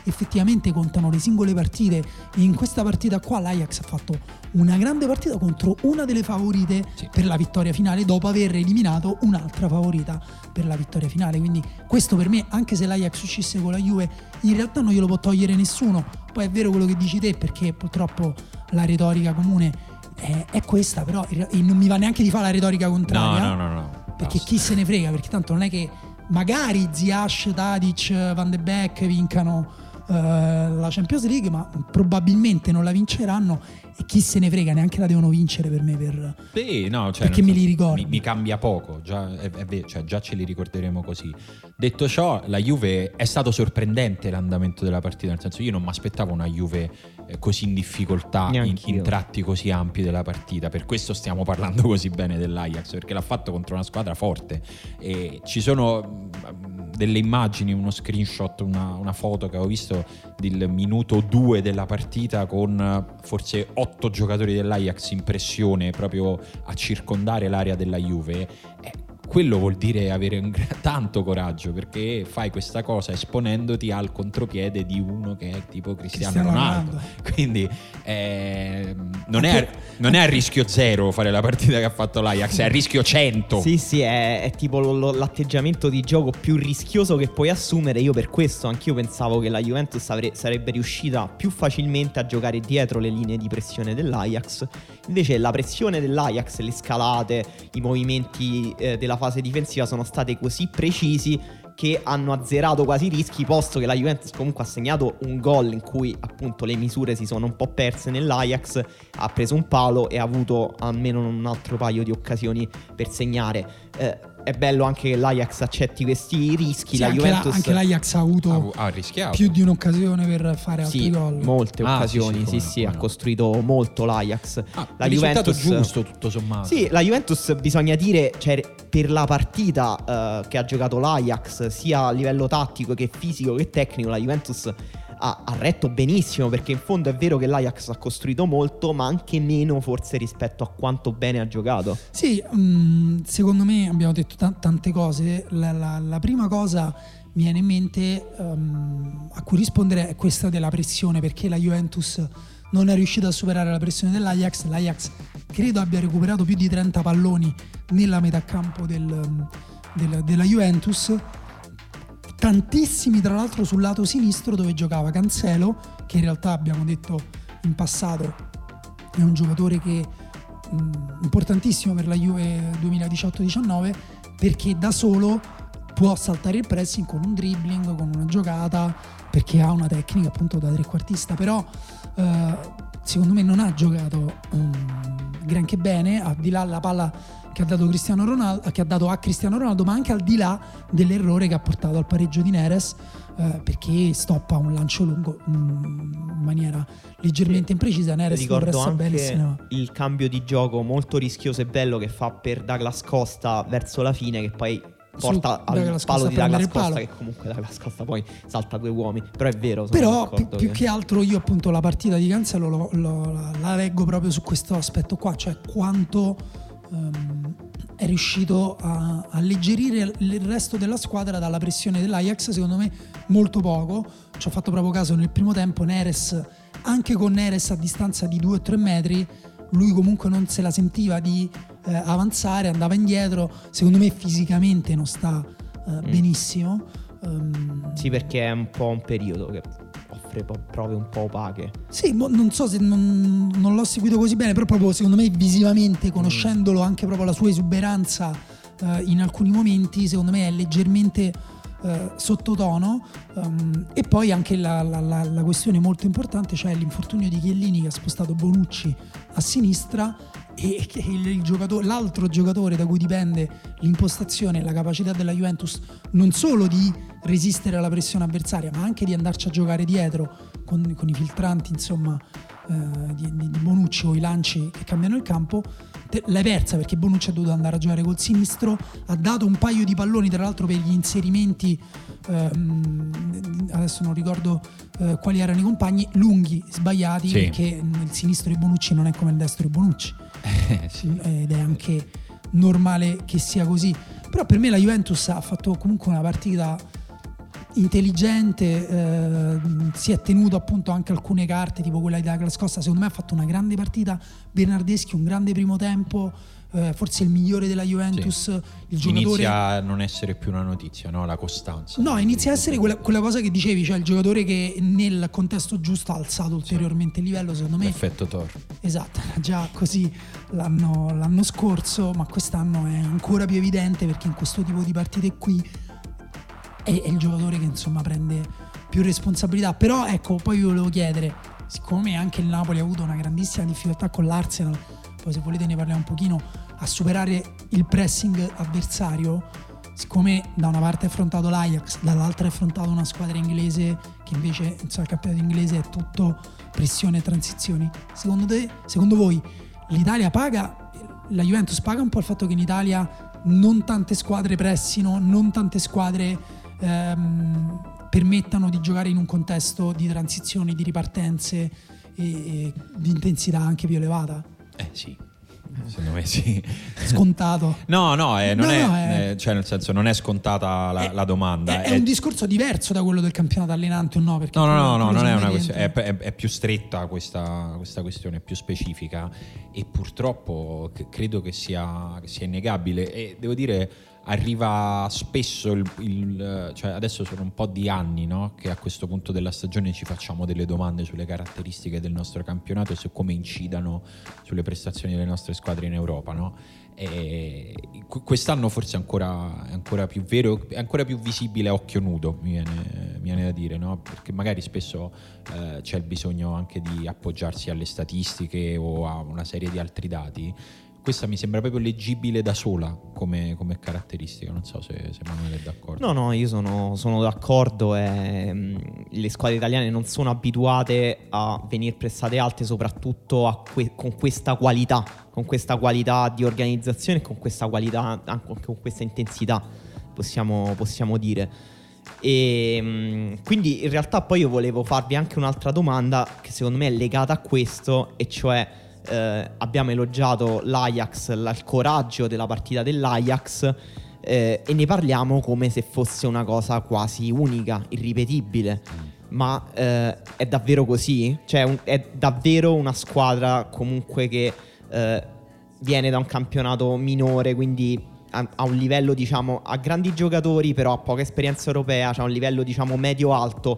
effettivamente contano le singole partite, e in questa partita qua l'Ajax ha fatto una grande partita contro una delle favorite sì. per la vittoria finale, dopo aver eliminato un'altra favorita per la vittoria finale. Quindi questo per me, anche se l'Ajax uscisse con la Juve, in realtà non glielo può togliere nessuno. Poi è vero quello che dici te, perché purtroppo la retorica comune è, è questa, però e non mi va neanche di fare la retorica contraria, no no no, no. perché chi se ne frega, perché tanto non è che magari Ziyech, Tadic, Van de Beek vincano uh, la Champions League, ma probabilmente non la vinceranno, e chi se ne frega, neanche la devono vincere per me, per... Sì, no, cioè, perché me li ricordo. Mi, mi cambia poco, già, è, è vero, cioè, già ce li ricorderemo così. Detto ciò, la Juve, è stato sorprendente l'andamento della partita, nel senso, io non mi aspettavo una Juve eh, così in difficoltà in, in tratti così ampi della partita. Per questo stiamo parlando così bene dell'Ajax, perché l'ha fatto contro una squadra forte, e ci sono delle immagini, uno screenshot, una, una foto che ho visto del minuto due della partita, con forse otto giocatori dell'Ajax in pressione proprio a circondare l'area della Juve. Eh, quello vuol dire avere un, tanto coraggio, perché fai questa cosa esponendoti al contropiede di uno che è tipo Cristiano, Cristiano Ronaldo. Ronaldo. Quindi eh, non, è, non è a rischio zero fare la partita che ha fatto l'Ajax, è a rischio cento. Sì, sì, è, è tipo lo, l'atteggiamento di gioco più rischioso che puoi assumere. Io per questo anch'io pensavo che la Juventus avre, sarebbe riuscita più facilmente a giocare dietro le linee di pressione dell'Ajax. Invece la pressione dell'Ajax, le scalate, i movimenti eh, della fase difensiva sono stati così precisi che hanno azzerato quasi i rischi, posto che la Juventus comunque ha segnato un gol in cui appunto le misure si sono un po' perse nell'Ajax, ha preso un palo e ha avuto almeno un altro paio di occasioni per segnare. Eh, è bello anche che l'Ajax accetti questi rischi. Sì, la anche, Juventus la, anche l'Ajax ha avuto ha, ha più di un'occasione per fare altri sì, gol. Molte ah, occasioni, sì, sì, sì, sì, ha costruito molto l'Ajax. Ah, la risultato Juventus giusto tutto sommato. Sì, la Juventus, bisogna dire, cioè, per la partita uh, che ha giocato l'Ajax, sia a livello tattico che fisico che tecnico, la Juventus ha, ha retto benissimo, perché in fondo è vero che l'Ajax ha costruito molto, ma anche meno forse rispetto a quanto bene ha giocato. Sì, mh, secondo me abbiamo detto t- tante cose. La, la, la prima cosa mi viene in mente um, a cui rispondere è questa della pressione, perché la Juventus non è riuscita a superare la pressione dell'Ajax. L'Ajax credo abbia recuperato più di trenta palloni nella metà campo del, del, della Juventus, tantissimi tra l'altro sul lato sinistro dove giocava Cancelo, che in realtà abbiamo detto in passato è un giocatore che mh, importantissimo per la Juve duemiladiciotto diciannove, perché da solo può saltare il pressing con un dribbling, con una giocata, perché ha una tecnica appunto da trequartista. Però eh, secondo me non ha giocato um, granché bene, al di là la palla che ha dato Cristiano Ronaldo, che ha dato a Cristiano Ronaldo, ma anche al di là dell'errore che ha portato al pareggio di Neres, eh, perché stoppa un lancio lungo in maniera leggermente imprecisa. Neres ricordo lo pressa anche bene e se ne va. Il cambio di gioco molto rischioso e bello che fa per Douglas Costa verso la fine, che poi porta Su, al Douglas palo Costa di Douglas prendere il Costa, palo. che comunque Douglas Costa poi salta due uomini. Però è vero, sono Però più, d'accordo più che... che altro io appunto la partita di Cancelo lo, lo, la, la leggo proprio su questo aspetto qua, cioè quanto um, è riuscito a alleggerire il resto della squadra dalla pressione dell'Ajax. Secondo me molto poco. Ci ho fatto proprio caso nel primo tempo. Neres, anche con Neres a distanza di due o tre metri, lui comunque non se la sentiva di eh, avanzare, andava indietro. Secondo me fisicamente non sta eh, mm. benissimo. Um, sì, perché è un po' un periodo che offre prove un po' opache. Sì, mo, non so se non, non l'ho seguito così bene, però proprio secondo me visivamente, conoscendolo, anche proprio la sua esuberanza eh, in alcuni momenti, secondo me è leggermente eh, sottotono. Um, e poi anche la, la, la, la questione molto importante, cioè l'infortunio di Chiellini, che ha spostato Bonucci a sinistra, e che il, il giocatore, l'altro giocatore da cui dipende l'impostazione e la capacità della Juventus non solo di resistere alla pressione avversaria, ma anche di andarci a giocare dietro con, con i filtranti, insomma, eh, di, di Bonucci, o i lanci che cambiano il campo. Te, l'hai persa, perché Bonucci ha dovuto andare a giocare col sinistro, ha dato un paio di palloni tra l'altro per gli inserimenti, ehm, adesso non ricordo eh, quali erano i compagni, lunghi, sbagliati, sì, perché il sinistro di Bonucci non è come il destro di Bonucci. Eh, sì. Ed è anche normale che sia così. Però per me la Juventus ha fatto comunque una partita intelligente, eh, si è tenuto appunto anche alcune carte tipo quella di Douglas Costa. Secondo me ha fatto una grande partita Bernardeschi, un grande primo tempo, eh, forse il migliore della Juventus, sì. Il giocatore inizia a non essere più una notizia, no? La costanza. No, inizia a essere quella, quella cosa che dicevi, cioè il giocatore che nel contesto giusto ha alzato ulteriormente il livello, secondo me. L'effetto Thor. Esatto, già così l'anno, l'anno scorso, ma quest'anno è ancora più evidente perché in questo tipo di partite qui è, è il giocatore che insomma prende più responsabilità. Però ecco, poi vi volevo chiedere, siccome anche il Napoli ha avuto una grandissima difficoltà con l'Arsenal, poi se volete ne parliamo un pochino, a superare il pressing avversario, siccome da una parte ha affrontato l'Ajax, dall'altra ha affrontato una squadra inglese che invece insomma, il campionato inglese è tutto pressione e transizioni, secondo te, secondo voi l'Italia paga, la Juventus paga un po' il fatto che in Italia non tante squadre pressino, non tante squadre ehm, permettano di giocare in un contesto di transizioni, di ripartenze e, e di intensità anche più elevata? Eh sì, secondo me sì. Scontato. No, no, eh, non no, è, no è... Eh, cioè nel senso non è scontata la, è, la domanda. È, è un discorso diverso da quello del campionato allenante o no? Perché no, no, no, no, non è una questione, è, è, è più stretta questa, questa questione, è più specifica e purtroppo credo che sia, che sia innegabile e devo dire arriva spesso il, il cioè adesso sono un po' di anni, no? Che a questo punto della stagione ci facciamo delle domande sulle caratteristiche del nostro campionato e su come incidano sulle prestazioni delle nostre squadre in Europa, no? E quest'anno forse è ancora, è ancora più vero, è ancora più visibile a occhio nudo, mi viene, mi viene da dire, no? Perché magari spesso eh, c'è il bisogno anche di appoggiarsi alle statistiche o a una serie di altri dati. Questa mi sembra proprio leggibile da sola come, come caratteristica, non so se, se Manuele è d'accordo. No, no, io sono, sono d'accordo e mh, le squadre italiane non sono abituate a venire pressate alte soprattutto a que- con questa qualità, con questa qualità di organizzazione e con questa qualità, anche con questa intensità, possiamo, possiamo dire. E mh, quindi in realtà poi io volevo farvi anche un'altra domanda che secondo me è legata a questo, e cioè Eh, abbiamo elogiato l'Ajax, la, il coraggio della partita dell'Ajax eh, e ne parliamo come se fosse una cosa quasi unica, irripetibile, ma eh, è davvero così? Cioè un, è davvero una squadra comunque che eh, viene da un campionato minore, quindi a, a un livello diciamo a grandi giocatori però a poca esperienza europea, cioè a un livello diciamo medio-alto,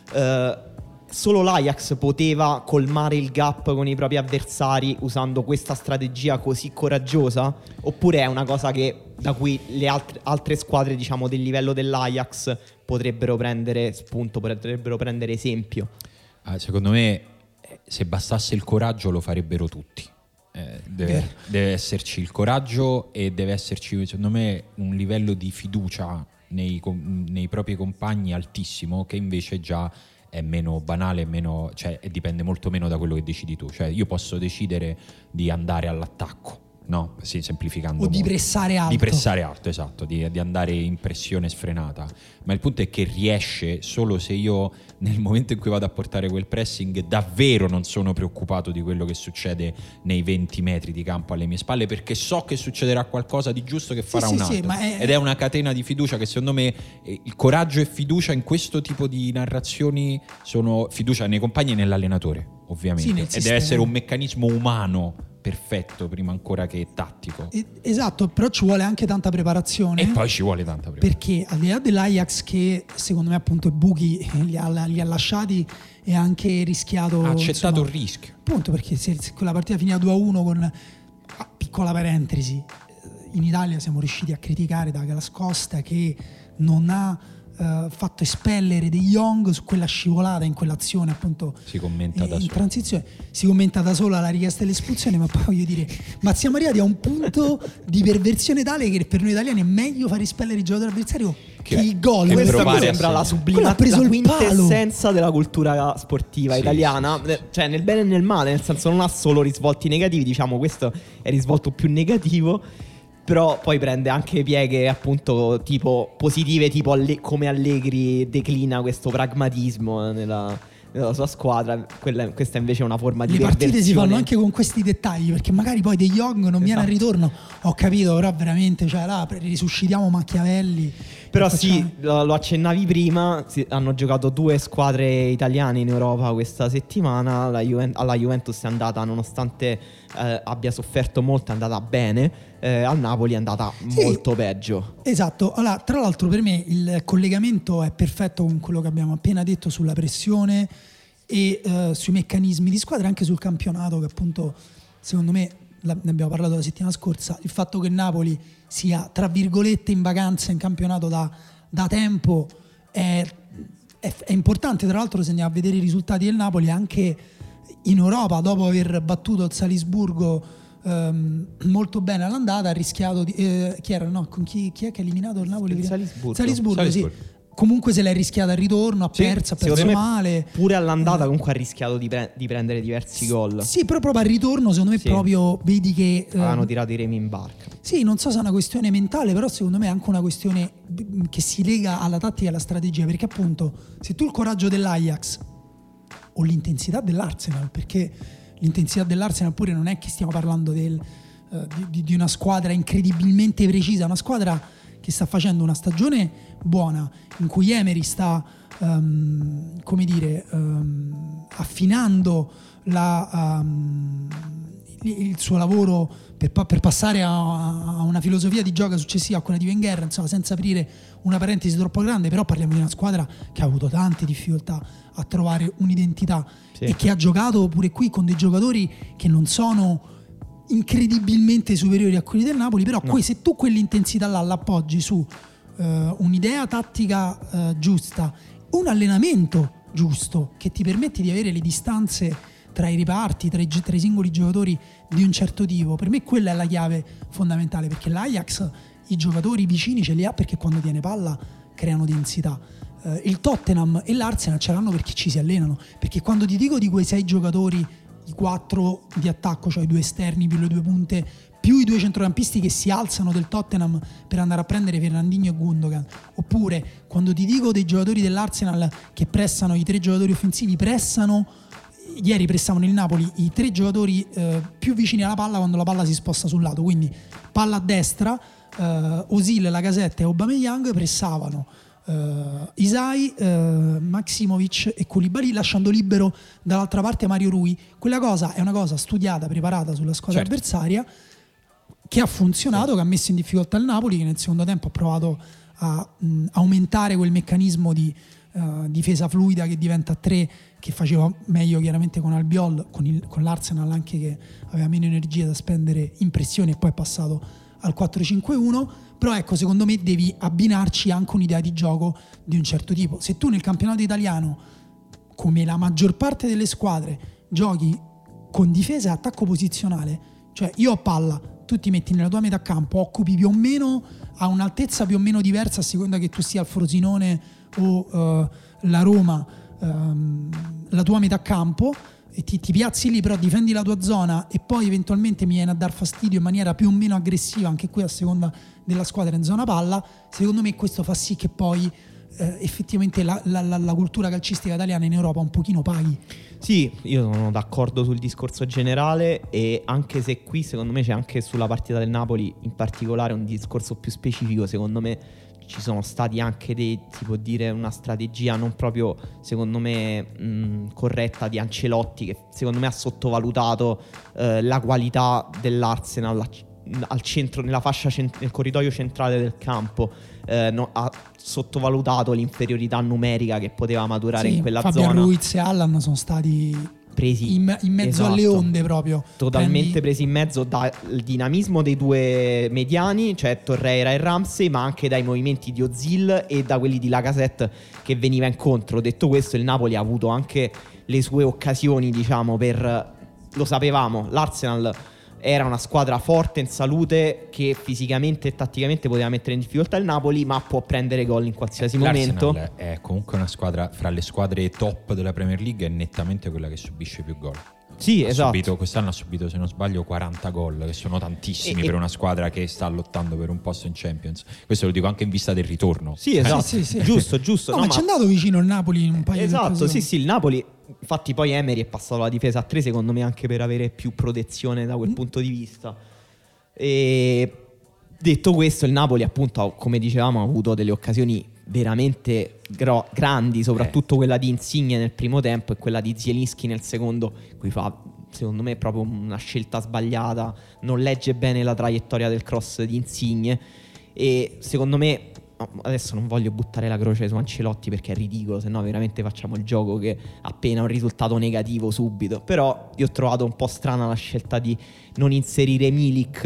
eh, solo l'Ajax poteva colmare il gap con i propri avversari usando questa strategia così coraggiosa? Oppure è una cosa che da cui le altre, altre squadre diciamo del livello dell'Ajax potrebbero prendere spunto, potrebbero prendere esempio? Ah, secondo me se bastasse il coraggio lo farebbero tutti. Eh, deve, deve esserci il coraggio e deve esserci secondo me un livello di fiducia nei, nei propri compagni altissimo, che invece già è meno banale, meno, cioè dipende molto meno da quello che decidi tu. Cioè io posso decidere di andare all'attacco, no? Sì, semplificando. O di pressare alto. Di pressare alto, esatto, di, di andare in pressione sfrenata. Ma il punto è che riesce solo se io nel momento in cui vado a portare quel pressing davvero non sono preoccupato di quello che succede nei venti metri di campo alle mie spalle, perché so che succederà qualcosa di giusto che farà sì, un sì, altro. Sì, ma è... Ed è una catena di fiducia che secondo me eh, il coraggio e fiducia in questo tipo di narrazioni sono fiducia nei compagni e nell'allenatore, ovviamente. Sì, nel e sistema. deve essere un meccanismo umano perfetto prima ancora che tattico. Esatto, però ci vuole anche tanta preparazione. E poi ci vuole tanta preparazione. Perché al di là dell'Ajax che secondo me appunto i buchi li ha, li ha lasciati e ha anche rischiato, ha accettato insomma, il rischio. Appunto perché se, se quella partita finiva due a uno con, ah, piccola parentesi, in Italia siamo riusciti a criticare Douglas Costa che non ha Uh, fatto espellere De Jong su quella scivolata in quell'azione appunto si commenta eh, da in solo. transizione si commenta da sola la richiesta dell'espulsione, ma poi voglio dire, ma siamo arrivati a un punto di perversione tale che per noi italiani è meglio far espellere il giocatore avversario che, che il gol. Questa provare mi sembra la sublimazione, preso la il quintessenza della cultura sportiva sì, italiana, sì, sì, sì. Cioè nel bene e nel male, nel senso non ha solo risvolti negativi, diciamo questo è il risvolto più negativo, però poi prende anche pieghe appunto tipo positive, tipo alle- come Allegri declina questo pragmatismo nella, nella sua squadra. Quella, questa invece è una forma di le partite perversione. si fanno anche con questi dettagli, perché magari poi De Jong non viene Esatto. al ritorno, ho capito, però veramente cioè là risuscitiamo Machiavelli Però facciamo... sì, lo, lo accennavi prima, si, hanno giocato due squadre italiane in Europa questa settimana. La Juven- alla Juventus è andata, nonostante eh, abbia sofferto molto, è andata bene. Eh, al Napoli è andata sì, molto peggio. Esatto. Allora, tra l'altro per me il collegamento è perfetto con quello che abbiamo appena detto sulla pressione e eh, sui meccanismi di squadra, anche sul campionato, che appunto secondo me, la, ne abbiamo parlato la settimana scorsa, il fatto che Napoli sia tra virgolette in vacanza in campionato da, da tempo è, è, è importante. Tra l'altro se andiamo a vedere i risultati del Napoli anche in Europa, dopo aver battuto il Salisburgo Um, molto bene all'andata, ha rischiato di, eh, chi era? No, con chi, chi è che ha eliminato il Napoli? Il Salisburgo, Salisburgo, Salisburgo. Sì. Comunque se l'è rischiata al ritorno, ha Sì, perso, ha perso male. Pure all'andata comunque ha rischiato di, pre- di prendere diversi gol. Sì, però proprio al ritorno secondo me Sì. proprio vedi che eh, Avevano tirato i remi in barca. sì, non so se è una questione mentale, però secondo me è anche una questione che si lega alla tattica e alla strategia, perché appunto se tu il coraggio dell'Ajax o l'intensità dell'Arsenal, perché l'intensità dell'Arsenal pure non è che stiamo parlando del, uh, di, di una squadra incredibilmente precisa, una squadra che sta facendo una stagione buona, in cui Emery sta um, come dire um, affinando la, um, il suo lavoro per, per passare a, a una filosofia di gioco successiva a quella di Wenger, insomma, senza aprire una parentesi troppo grande, però parliamo di una squadra che ha avuto tante difficoltà a trovare un'identità, sì, e che ha giocato pure qui con dei giocatori che non sono incredibilmente superiori a quelli del Napoli, però no. qui, se tu quell'intensità là l'appoggi su uh, un'idea tattica uh, giusta, un allenamento giusto che ti permette di avere le distanze tra i riparti, tra i, tra i singoli giocatori di un certo tipo, per me quella è la chiave fondamentale, perché l'Ajax i giocatori vicini ce li ha perché quando tiene palla creano densità. Uh, il Tottenham e l'Arsenal ce l'hanno perché ci si allenano, perché quando ti dico di quei sei giocatori, i quattro di attacco, cioè i due esterni più le due punte più i due centrocampisti che si alzano del Tottenham per andare a prendere Fernandinho e Gundogan, oppure quando ti dico dei giocatori dell'Arsenal che pressano, i tre giocatori offensivi pressano, ieri pressavano il Napoli i tre giocatori eh, più vicini alla palla quando la palla si sposta sul lato, quindi palla a destra, eh, Osil, Lacazette e Aubameyang pressavano Uh, Isai, uh, Maximovic e Koulibaly, lasciando libero dall'altra parte Mario Rui. Quella cosa è una cosa studiata, preparata sulla squadra certo. avversaria, che ha funzionato, sì. che ha messo in difficoltà il Napoli, che nel secondo tempo ha provato a mh, aumentare quel meccanismo di uh, difesa fluida che diventa a tre, che faceva meglio chiaramente con Albiol, con, il, con l'Arsenal anche che aveva meno energia da spendere in pressione, e poi è passato al quattro cinque uno. Però ecco, secondo me devi abbinarci anche un'idea di gioco di un certo tipo. Se tu nel campionato italiano, come la maggior parte delle squadre, giochi con difesa e attacco posizionale, cioè io ho palla, tu ti metti nella tua metà campo, occupi più o meno a un'altezza più o meno diversa a seconda che tu sia al Frosinone o uh, la Roma, um, la tua metà campo, e ti, ti piazzi lì, però difendi la tua zona e poi eventualmente mi viene a dar fastidio in maniera più o meno aggressiva, anche qui a seconda della squadra in zona palla. Secondo me questo fa sì che poi eh, effettivamente la, la, la, la cultura calcistica italiana in Europa un pochino paghi. Sì, io sono d'accordo sul discorso generale, e anche se qui secondo me c'è anche sulla partita del Napoli in particolare un discorso più specifico, secondo me ci sono stati anche dei, si può dire, una strategia non proprio, secondo me, mh, corretta di Ancelotti, che secondo me ha sottovalutato eh, la qualità dell'Arsenal al centro, nella fascia cent- nel corridoio centrale del campo, eh, no, ha sottovalutato l'inferiorità numerica che poteva maturare sì, in quella Fabian zona. Ruiz e Allan sono stati presi in, in mezzo esatto, alle onde, proprio totalmente Prendi... presi in mezzo dal dinamismo dei due mediani, cioè Torreira e Ramsey, ma anche dai movimenti di Ozil e da quelli di Lacazette che veniva incontro. Detto questo, il Napoli ha avuto anche le sue occasioni, diciamo, per, lo sapevamo, l'Arsenal era una squadra forte, in salute, che fisicamente e tatticamente poteva mettere in difficoltà il Napoli, ma può prendere gol in qualsiasi L'Arsenal momento. È comunque una squadra, fra le squadre top della Premier League, è nettamente quella che subisce più gol. Sì, ha esatto. Subito, quest'anno ha subito, se non sbaglio, quaranta gol, che sono tantissimi e, per una squadra che sta lottando per un posto in Champions. Questo lo dico anche in vista del ritorno. Sì, esatto. Eh, sì, sì, sì. Giusto, giusto. No, no, ma ma ci è andato vicino il Napoli in un paio esatto, di occasioni. sì, sì, il Napoli. Infatti poi Emery è passato alla difesa a tre, secondo me anche per avere più protezione da quel mm. punto di vista. E Detto questo, il Napoli appunto, come dicevamo, ha avuto delle occasioni veramente gro- grandi, soprattutto eh. quella di Insigne nel primo tempo e quella di Zielinski nel secondo, cui fa secondo me proprio una scelta sbagliata, non legge bene la traiettoria del cross di Insigne e secondo me, adesso non voglio buttare la croce su Ancelotti perché è ridicolo, se no veramente facciamo il gioco che appena un risultato negativo subito, però io ho trovato un po' strana la scelta di non inserire Milik,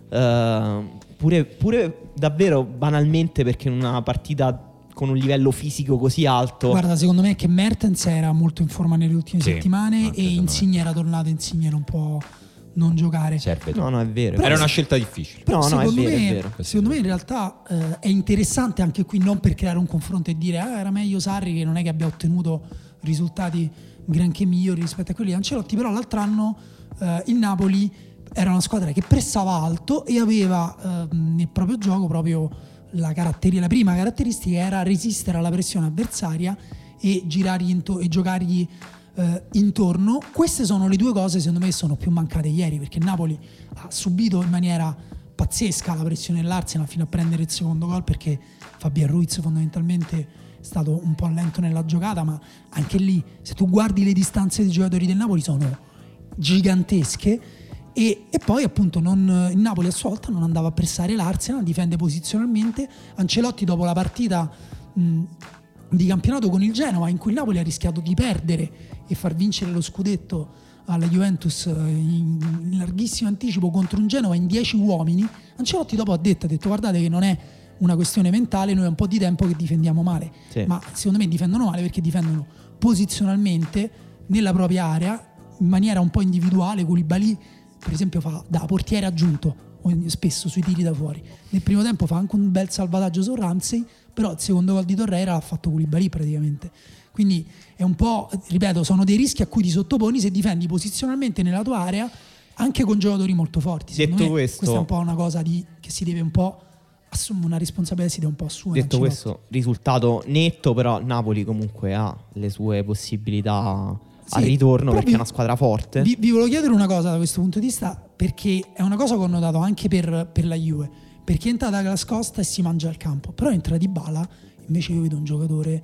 uh, pure, pure davvero banalmente, perché in una partita con un livello fisico così alto, guarda, secondo me è che Mertens era molto in forma nelle ultime sì, settimane e Insigne era tornato, Insigne non può non giocare. Serve. No, no, è vero. Però era una scelta difficile. Però no, no, secondo, è vero, me, è vero. secondo me in realtà eh, è interessante anche qui, non per creare un confronto e dire ah, era meglio Sarri, che non è che abbia ottenuto risultati granché migliori rispetto a quelli di Ancelotti, però l'altro anno eh, il Napoli era una squadra che pressava alto e aveva eh, nel proprio gioco proprio la, caratteri- la prima caratteristica era resistere alla pressione avversaria e girargli into- e giocargli eh, intorno. Queste sono le due cose secondo me sono più mancate ieri, perché il Napoli ha subito in maniera pazzesca la pressione dell'Arsenal fino a prendere il secondo gol, perché Fabian Ruiz fondamentalmente è stato un po' lento nella giocata, ma anche lì se tu guardi le distanze dei giocatori del Napoli sono gigantesche. E, e poi appunto non, il Napoli a sua volta non andava a pressare l'Arsenal, difende posizionalmente. Ancelotti dopo la partita mh, di campionato con il Genoa, in cui il Napoli ha rischiato di perdere e far vincere lo scudetto alla Juventus in, in larghissimo anticipo contro un Genoa in dieci uomini, Ancelotti dopo ha detto, ha detto guardate che non è una questione mentale, noi è un po' di tempo che difendiamo male, sì. Ma secondo me difendono male perché difendono posizionalmente nella propria area in maniera un po' individuale. Koulibaly per esempio fa da portiere aggiunto spesso sui tiri da fuori, nel primo tempo fa anche un bel salvataggio su Ramsey, però il secondo gol di Torreira l'ha fatto Koulibaly praticamente. Quindi è un po', ripeto, sono dei rischi a cui ti sottoponi se difendi posizionalmente nella tua area anche con giocatori molto forti. Detto me, questo, questa è un po' una cosa di, che si deve un po' assumere, una responsabilità si deve un po' assumere. Detto questo, risultato netto, però Napoli comunque ha le sue possibilità sì, al ritorno perché vi, è una squadra forte. Vi, vi volevo chiedere una cosa da questo punto di vista, perché è una cosa che ho notato anche per, per la Juve, perché è entrata Glass Costa e si mangia il campo, però entra Dybala, invece io vedo un giocatore,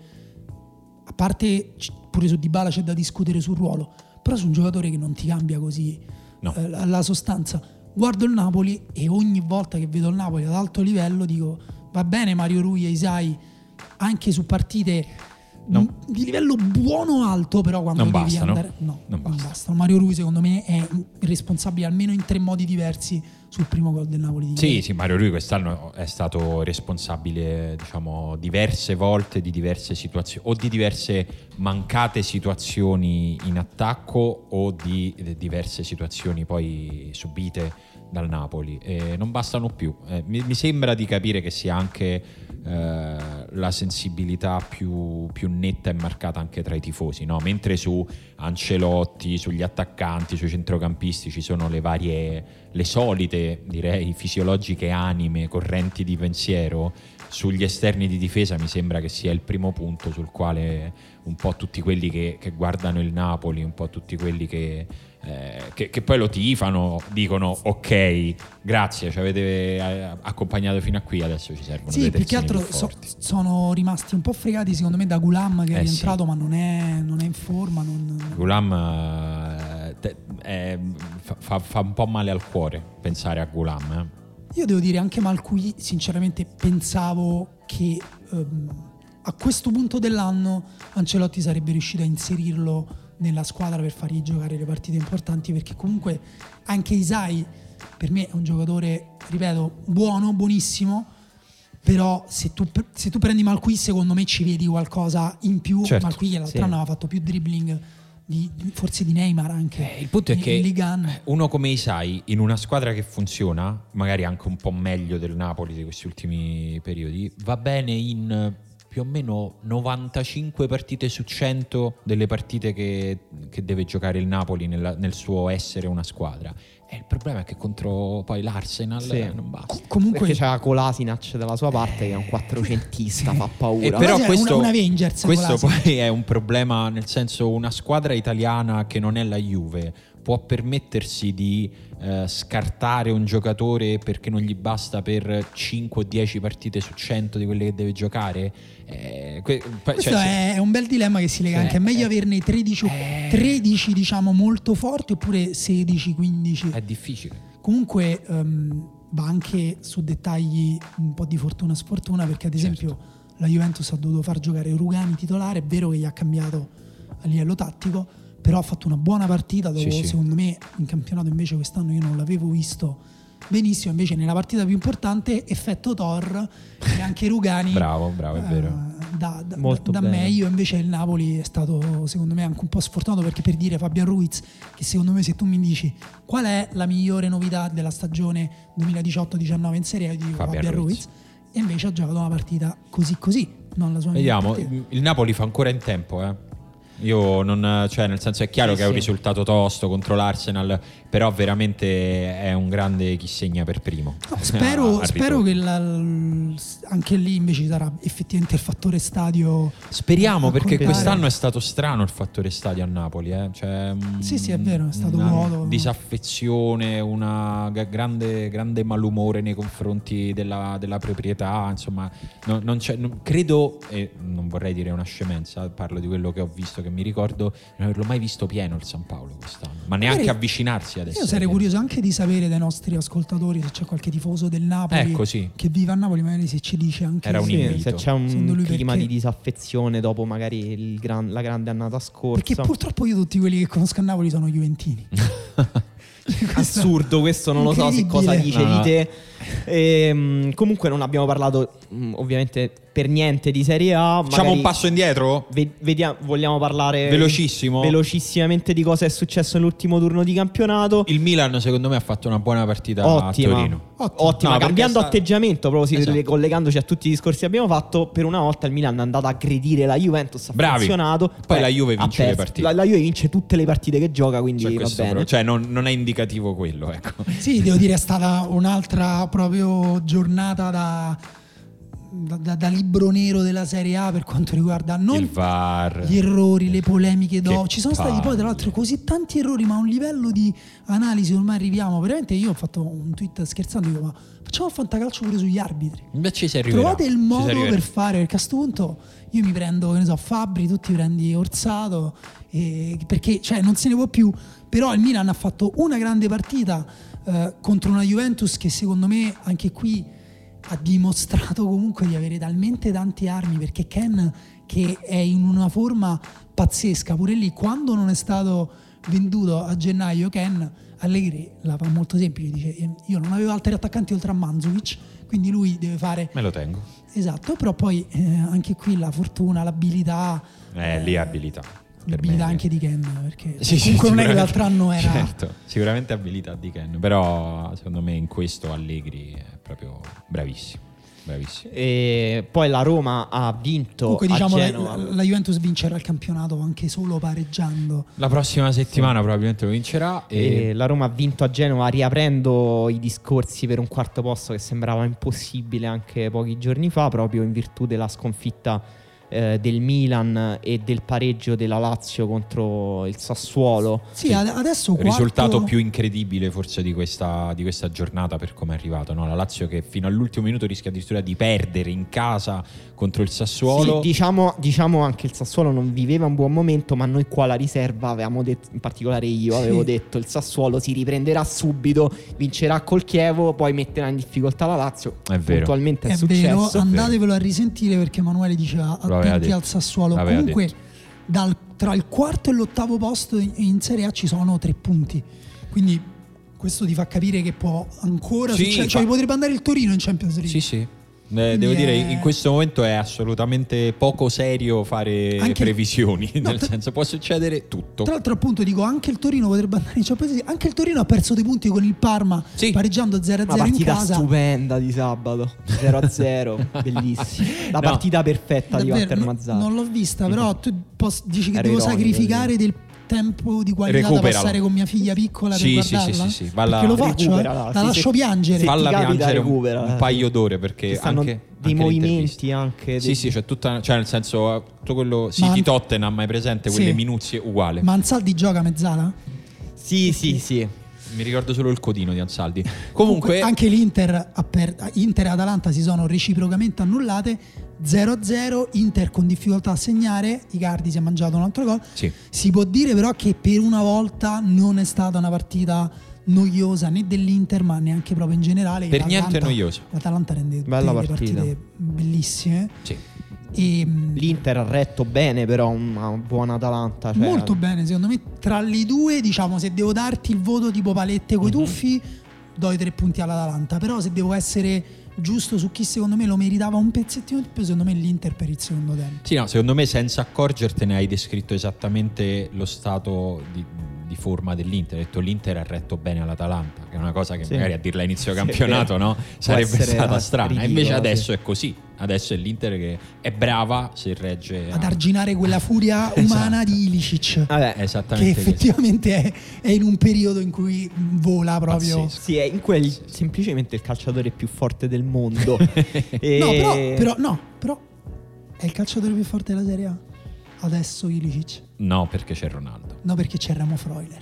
a parte pure su Dybala c'è da discutere sul ruolo, però su un giocatore che non ti cambia così no. eh, la, la sostanza. Guardo il Napoli e ogni volta che vedo il Napoli ad alto livello dico va bene Mario Rui e Isai anche su partite no. di livello buono alto, però quando non devi bastano. andare no, non, non basta. bastano. Mario Rui secondo me è responsabile almeno in tre modi diversi sul primo gol del Napoli di sì, ieri. sì, Mario Rui quest'anno è stato responsabile, diciamo, diverse volte di diverse situazioni o di diverse mancate situazioni in attacco o di diverse situazioni poi subite dal Napoli e non bastano più. Eh, mi, mi sembra di capire che sia anche eh, la sensibilità più, più netta e marcata anche tra i tifosi, no? Mentre su Ancelotti, sugli attaccanti, sui centrocampisti ci sono le varie, le solite, direi, fisiologiche anime, correnti di pensiero. Sugli esterni di difesa mi sembra che sia il primo punto sul quale un po' tutti quelli che, che guardano il Napoli, un po' tutti quelli che, eh, che, che poi lo tifano, dicono ok, grazie, ci avete accompagnato fino a qui, adesso ci servono sì, dei più che terzini altro più forti. So, sono rimasti un po' fregati secondo me da Goulam che eh è rientrato sì. ma non è, non è in forma. Non... Goulam eh, te, eh, fa, fa un po' male al cuore pensare a Goulam, eh. Io devo dire anche Malcuit, sinceramente pensavo che ehm, a questo punto dell'anno Ancelotti sarebbe riuscito a inserirlo nella squadra per fargli giocare le partite importanti, perché comunque anche Isai per me è un giocatore, ripeto, buono, buonissimo, però se tu, se tu prendi Malcuit secondo me ci vedi qualcosa in più. Certo, Malcuit che l'altro sì. anno aveva fatto più dribbling Di, forse di Neymar anche. Eh, il punto è in, che in uno come Isai in una squadra che funziona, magari anche un po' meglio del Napoli di questi ultimi periodi, va bene in più o meno novantacinque partite su cento delle partite che, che deve giocare il Napoli nella, nel suo essere una squadra. E il problema è che contro poi l'Arsenal sì. non basta. Comunque perché c'era Kolasinac dalla sua parte che è un quattrocentista, fa paura. E però questo, una, una Avengers, questo poi è un problema, nel senso, una squadra italiana che non è la Juve può permettersi di eh, scartare un giocatore perché non gli basta per cinque o dieci partite su cento di quelle che deve giocare? Eh, que- Questo cioè, è un bel dilemma che si lega cioè, anche. È meglio eh, averne tredici, eh. tredici diciamo molto forti oppure sedici quindici. è difficile. Comunque um, va anche su dettagli un po' di fortuna sfortuna, perché ad esempio Certo. la Juventus ha dovuto far giocare Rugani titolare. È vero che gli ha cambiato a livello tattico, però ha fatto una buona partita dopo, Sì, sì. secondo me in campionato invece quest'anno io non l'avevo visto benissimo, invece nella partita più importante effetto Tor e anche Rugani Bravo, bravo, è vero. eh, da, da, Molto da bene. meglio. Invece il Napoli è stato secondo me anche un po' sfortunato, perché per dire Fabian Ruiz, che secondo me se tu mi dici qual è la migliore novità della stagione duemiladiciotto diciannove in Serie A, io dico Fabian Fabian, Ruiz. Ruiz. E invece ha giocato una partita così così, non la sua migliore Vediamo, partita. il Napoli fa ancora in tempo, eh. Io non, cioè nel senso è chiaro Sì, che è un sì. risultato tosto contro l'Arsenal, però veramente è un grande chi segna per primo. No, spero, Al spero ritorno. che la- l- anche lì invece ci sarà effettivamente il fattore stadio. Speriamo, a perché contare. quest'anno è stato strano il fattore stadio a Napoli, eh. Cioè, mm, Sì, sì, è vero, è stato una vuoto. disaffezione, una g- grande, grande malumore nei confronti della, della proprietà, insomma, no- non c'è, non- credo, e non vorrei dire una scemenza, parlo di quello che ho visto, che mi ricordo, non averlo mai visto pieno il San Paolo quest'anno, ma neanche Magari- avvicinarsi adesso. Io sarei curioso anche di sapere dai nostri ascoltatori se c'è qualche tifoso del Napoli Ecco, sì. che vive a Napoli, magari se ci dice anche Era un se- Sì, invito. se c'è un Secondo lui clima perché- di disaffezione dopo magari il gran- la grande annata scorsa. Perché purtroppo io tutti quelli che conosco a Napoli sono juventini. Questo- Assurdo, questo non lo so se cosa Incredibile. dice No, no. di te. Ehm, comunque non abbiamo parlato mh, ovviamente per niente di Serie A. Facciamo magari un passo indietro? ve- vediamo, vogliamo parlare Velocissimo. velocissimamente di cosa è successo nell'ultimo turno di campionato. Il Milan secondo me ha fatto una buona partita Ottima, a Torino. Ottimo. ottima, No, perché cambiando sta- atteggiamento, proprio si- Esatto. collegandoci a tutti i discorsi che abbiamo fatto. Per una volta il Milan è andato a aggredire la Juventus, ha Bravi. funzionato. Poi la Juve ha vince le perso. partite. La, la Juve vince tutte le partite che gioca, quindi Cioè, va questo bene. però- cioè, non, non è indicativo quello, ecco. Sì, devo dire è stata un'altra proprio giornata da, da, da- da libro nero della Serie A per quanto riguarda non Il V A R. gli errori, le polemiche dopo. Che Ci sono stati poi palle. tra l'altro così tanti errori, ma a un livello di analisi ormai arriviamo. Veramente io ho fatto un tweet scherzando, dico ma facciamo il fantacalcio pure sugli arbitri. Invece ci si arriverà. Trovate il Ci si modo arriverà. per fare, perché a questo punto io mi prendo, che ne so, Fabbri, tu ti prendi Orsato, e- perché cioè, non se ne può più. Però il Milan ha fatto una grande partita eh, contro una Juventus che secondo me anche qui ha dimostrato comunque di avere talmente tante armi, perché Ken, che è in una forma pazzesca, pure lì quando non è stato venduto a gennaio Ken, Allegri la fa molto semplice, dice io non avevo altri attaccanti oltre a Mandzukic, quindi lui deve fare Me lo tengo. esatto, però poi eh, anche qui la fortuna, l'abilità, Eh, lì è abilità. Per l'abilità me. anche di Ken, perché Sì, sì, comunque non è che sicuramente. l'altro anno era Certo, sicuramente abilità di Ken, però secondo me in questo Allegri è proprio bravissimo. Bravissimo. E poi la Roma ha vinto comunque a diciamo la, Genova. la Juventus vincerà il campionato anche solo pareggiando. La prossima settimana probabilmente lo vincerà e E la Roma ha vinto a Genova, riaprendo i discorsi per un quarto posto che sembrava impossibile anche pochi giorni fa, proprio in virtù della sconfitta eh, del Milan e del pareggio della Lazio contro il Sassuolo. Sì, ad- adesso il quarto, risultato più incredibile forse di questa, di questa giornata per come è arrivato, no? La Lazio che fino all'ultimo minuto rischia addirittura di perdere in casa contro il Sassuolo. Sì, diciamo, diciamo anche il Sassuolo non viveva un buon momento, ma noi qua la riserva avevamo detto, in particolare io avevo Sì. detto il Sassuolo si riprenderà subito, vincerà col Chievo, poi metterà in difficoltà la Lazio. È vero. Puntualmente è, è successo. vero, andatevelo a risentire perché Emanuele diceva Lo aveva attenti detto. al Sassuolo. L'aveva Comunque detto. dal- tra il quarto e l'ottavo posto in, in Serie A ci sono tre punti, quindi questo ti fa capire che può ancora Sì, succedere, fa- cioè potrebbe andare il Torino in Champions League. Sì, sì. Eh, devo dire, è- in questo momento è assolutamente poco serio fare Anche- previsioni, No, nel tra- senso può succedere tutto. Tra l'altro appunto dico anche il Torino potrebbe andare in Champions League. Anche il Torino ha perso dei punti con il Parma, Sì. pareggiando zero a Una zero in partita casa. stupenda di sabato zero a zero, bellissima. La No. partita perfetta di Davvero, Walter no- Mazzarri. non l'ho vista, però tu pos- dici che Era devo ironico, sacrificare del tempo di qualità da Recuperala. passare con mia figlia piccola Sì, per sì, guardarla? sì, sì, sì. Valla- Perché lo faccio, eh. Recuperala, la sì, lascio sì. piangere. Sì. Falla ti capita, piangere un, recupera, un eh. paio d'ore perché Ci stanno anche, dei anche movimenti l'intervista. anche Sì, dei- sì, c'è tutta, cioè nel senso tutto quello Ma- City Tottenham, hai presente quelle Sì. minuzie uguale. Ma Ansaldi gioca a mezzala? Sì, sì, sì. Mi ricordo solo il codino di Ansaldi. Comunque, Comunque anche l'Inter per, Inter e Atalanta si sono reciprocamente annullate zero a zero, Inter con difficoltà a segnare, Icardi si è mangiato un altro gol. Sì. Si può dire però che per una volta non è stata una partita noiosa né dell'Inter ma neanche proprio in generale. Per niente noiosa. L'Atalanta rende Bella delle partita. partite bellissime. Sì. E, L'Inter ha retto bene, però una buona Atalanta. Cioè... molto bene, secondo me. Tra le due, diciamo, se devo darti il voto tipo palette coi Mhm. tuffi, do i tre punti all'Atalanta. Però se devo essere giusto su chi secondo me lo meritava un pezzettino di più, secondo me l'Inter per il secondo tempo. Sì, no, secondo me senza accorgertene hai descritto esattamente lo stato di, di forma dell'Inter. Hai detto l'Inter ha retto bene all'Atalanta, che è una cosa che Sì. magari a dirla a inizio Sì, campionato, no? Sarebbe essere stata strana. ridicola, Invece sì. adesso è così. Adesso è l'Inter che è brava se regge Ad a- arginare quella furia umana Esatto. di Ilicic, Vabbè, che Esattamente così. effettivamente è, è in un periodo in cui vola proprio. Pazzesco. sì, è in quel semplicemente il calciatore più forte del mondo. E- No, però, però, no, però è il calciatore più forte della Serie A. Adesso Ilicic. No, perché c'è Ronaldo. No, perché c'è Remo Freuler.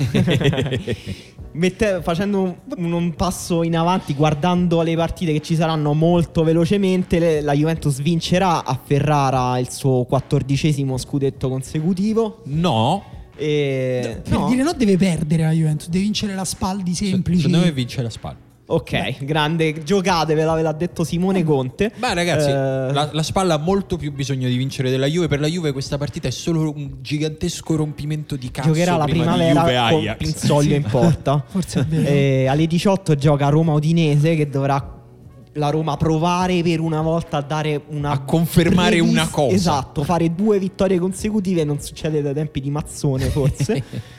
Mette- facendo un, un passo in avanti, guardando le partite che ci saranno molto velocemente, le- la Juventus vincerà a Ferrara il suo quattordicesimo scudetto consecutivo. No, E... Per no. dire no deve perdere la Juventus, deve vincere la Spaldi semplici. secondo me vince la spalla. Ok, grande, giocatevela, ve l'ha detto Simone Conte. Beh ragazzi, Eh, la, la spalla ha molto più bisogno di vincere della Juve. Per la Juve questa partita è solo un gigantesco rompimento di cazzo. giocherà la prima di primavera con Juve-Ajax. Pinzoglio in porta. Forse è vero. E alle diciotto gioca Roma-Udinese, che dovrà la Roma provare per una volta a dare una A confermare brevis- una cosa. Esatto, fare due vittorie consecutive non succede dai tempi di Mazzone forse.